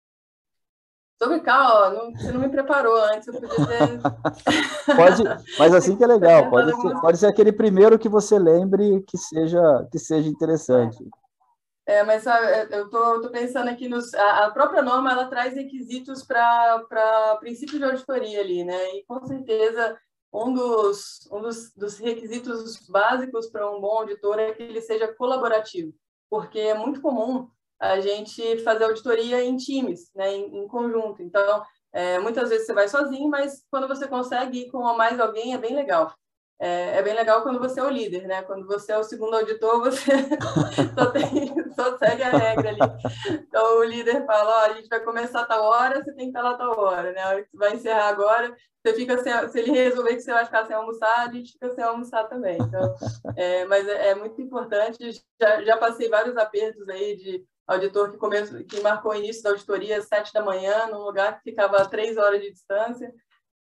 Sobre cá, ó, não, você não me preparou antes, eu podia ter... Pode, mas assim que é legal, pode ser, pode ser aquele primeiro que você lembre que seja, que seja interessante. É, mas sabe, eu tô, tô pensando aqui nos... A, a própria norma, ela traz requisitos para princípios de auditoria ali, né? E, com certeza, um dos, um dos, dos requisitos básicos para um bom auditor é que ele seja colaborativo, porque é muito comum a gente fazer auditoria em times, né, em, em conjunto. Então, é, muitas vezes você vai sozinho, mas quando você consegue ir com mais alguém, é bem legal. É, é bem legal quando você é o líder, né? Quando você é o segundo auditor, você só, tem, só segue a regra ali. Então, o líder fala, ó, a gente vai começar a tal hora, você tem que estar lá a tal hora, né? A hora que você vai encerrar agora, você fica sem, se ele resolver que você vai ficar sem almoçar, a gente fica sem almoçar também. Então, é, mas é, é muito importante. Já, já passei vários apertos aí de auditor que, começo, que marcou o início da auditoria às sete da manhã, num lugar que ficava a três horas de distância,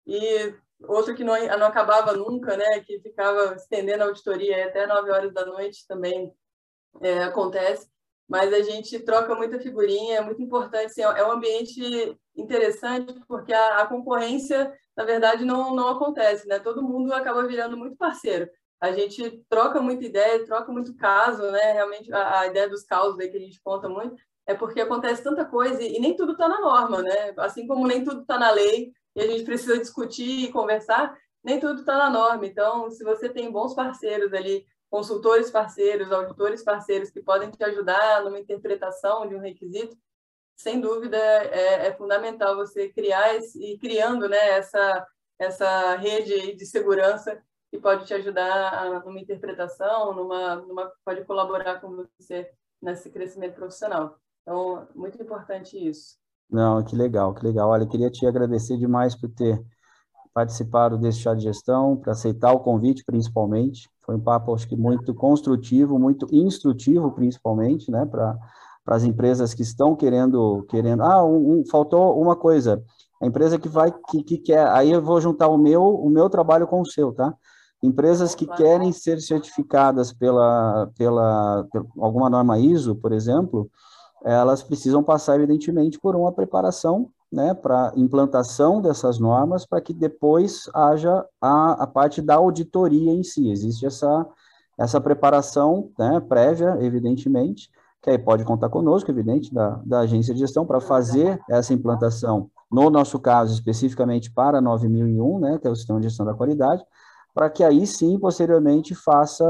e outro que não, não acabava nunca, né, que ficava estendendo a auditoria até nove horas da noite também é, acontece, mas a gente troca muita figurinha, é muito importante, assim, é um ambiente interessante, porque a, a concorrência, na verdade, não, não acontece, né, todo mundo acaba virando muito parceiro. A gente troca muita ideia, troca muito caso, né, realmente a, a ideia dos causos aí que a gente conta muito, é porque acontece tanta coisa e, e nem tudo está na norma, né, assim como nem tudo está na lei, e a gente precisa discutir e conversar, nem tudo está na norma. Então, se você tem bons parceiros ali, consultores parceiros, auditores parceiros que podem te ajudar numa interpretação de um requisito, sem dúvida é, é fundamental você criar esse, e criando, né, essa, essa rede de segurança que pode te ajudar a, numa interpretação, numa, numa, pode colaborar com você nesse crescimento profissional. Então, muito importante isso. Não, que legal, que legal. Olha, eu queria te agradecer demais por ter participado desse chá de gestão, por aceitar o convite, principalmente. Foi um papo, acho que, muito construtivo, muito instrutivo, principalmente, né, para para as empresas que estão querendo, querendo... Ah, um, um, faltou uma coisa. A empresa que vai, que, que quer... Aí eu vou juntar o meu, o meu trabalho com o seu, tá? Empresas que querem ser certificadas pela, pela, pela alguma norma I S O, por exemplo, elas precisam passar, evidentemente, por uma preparação, né, para implantação dessas normas, para que depois haja a, a parte da auditoria em si. Existe essa, essa preparação, né, prévia, evidentemente, que aí pode contar conosco, evidente, da, da agência de gestão, para fazer essa implantação, no nosso caso, especificamente para nove mil e um, né, que é o Sistema de Gestão da Qualidade, para que aí sim, posteriormente, faça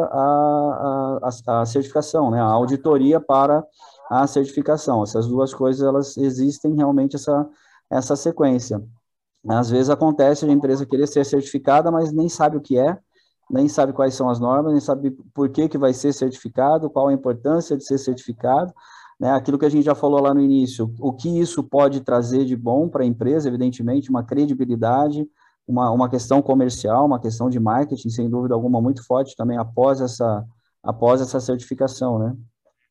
a, a, a certificação, né, a auditoria para a certificação. Essas duas coisas, elas existem realmente, essa, essa sequência. Às vezes acontece a empresa querer ser certificada, mas nem sabe o que é, nem sabe quais são as normas, nem sabe por que que vai ser certificado, qual a importância de ser certificado, né? Aquilo que a gente já falou lá no início, o que isso pode trazer de bom para a empresa, evidentemente, uma credibilidade, uma, uma questão comercial, uma questão de marketing, sem dúvida alguma, muito forte também após essa, após essa certificação, né?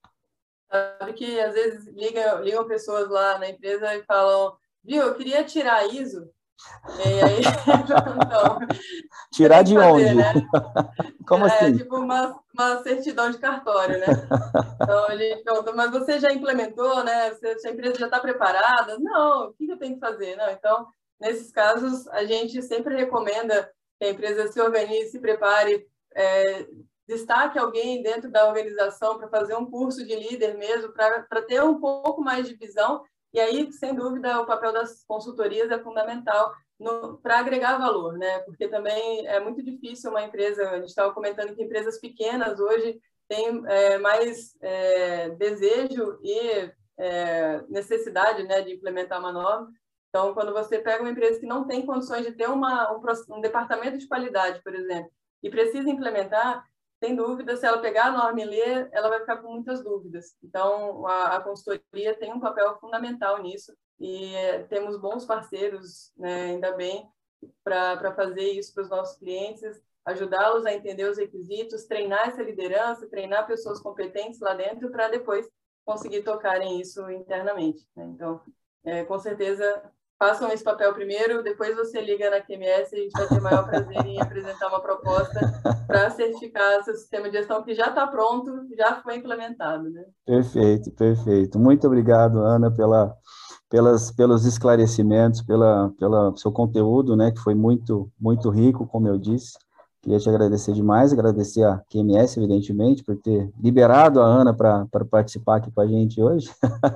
Sabe que às vezes ligam, ligam pessoas lá na empresa e falam, viu, eu queria tirar a I S O. E aí, então, tirar de fazer, onde? né? Como é, assim? tipo uma, uma certidão de cartório, né? Então, a gente pergunta, mas você já implementou, né? Você, sua empresa já está preparada? Não, o que eu tenho que fazer? Não, então, nesses casos, a gente sempre recomenda que a empresa se organize, se prepare, é, destaque alguém dentro da organização para fazer um curso de líder mesmo, para ter um pouco mais de visão. E aí, sem dúvida, o papel das consultorias é fundamental para agregar valor, né? Porque também é muito difícil uma empresa, a gente estava comentando que empresas pequenas hoje têm é, mais é, desejo e é, necessidade, né, de implementar uma norma. Então, quando você pega uma empresa que não tem condições de ter uma, um, um departamento de qualidade, por exemplo, e precisa implementar, sem dúvida, se ela pegar a norma e ler, ela vai ficar com muitas dúvidas. Então, a, a consultoria tem um papel fundamental nisso e é, temos bons parceiros, né, ainda bem, para fazer isso para os nossos clientes, ajudá-los a entender os requisitos, treinar essa liderança, treinar pessoas competentes lá dentro para depois conseguir tocarem isso internamente, né? Então, é, com certeza, façam esse papel primeiro, depois você liga na Q M S e a gente vai ter o maior prazer em apresentar uma proposta para certificar seu sistema de gestão que já está pronto, já foi implementado, né? Perfeito, perfeito. Muito obrigado, Ana, pela, pelas, pelos esclarecimentos, pela, pela seu conteúdo, né, que foi muito, muito rico, como eu disse. Queria te agradecer demais, agradecer a Q M S, evidentemente, por ter liberado a Ana para participar aqui com a gente hoje.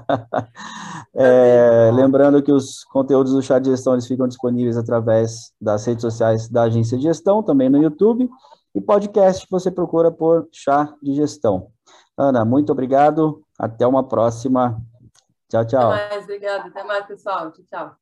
É, lembrando que os conteúdos do Chá de Gestão eles ficam disponíveis através das redes sociais da Agência de Gestão, também no YouTube, e podcast você procura por Chá de Gestão. Ana, muito obrigado, até uma próxima. Tchau, Até tchau. mais, obrigada. Até mais, pessoal. Tchau, tchau.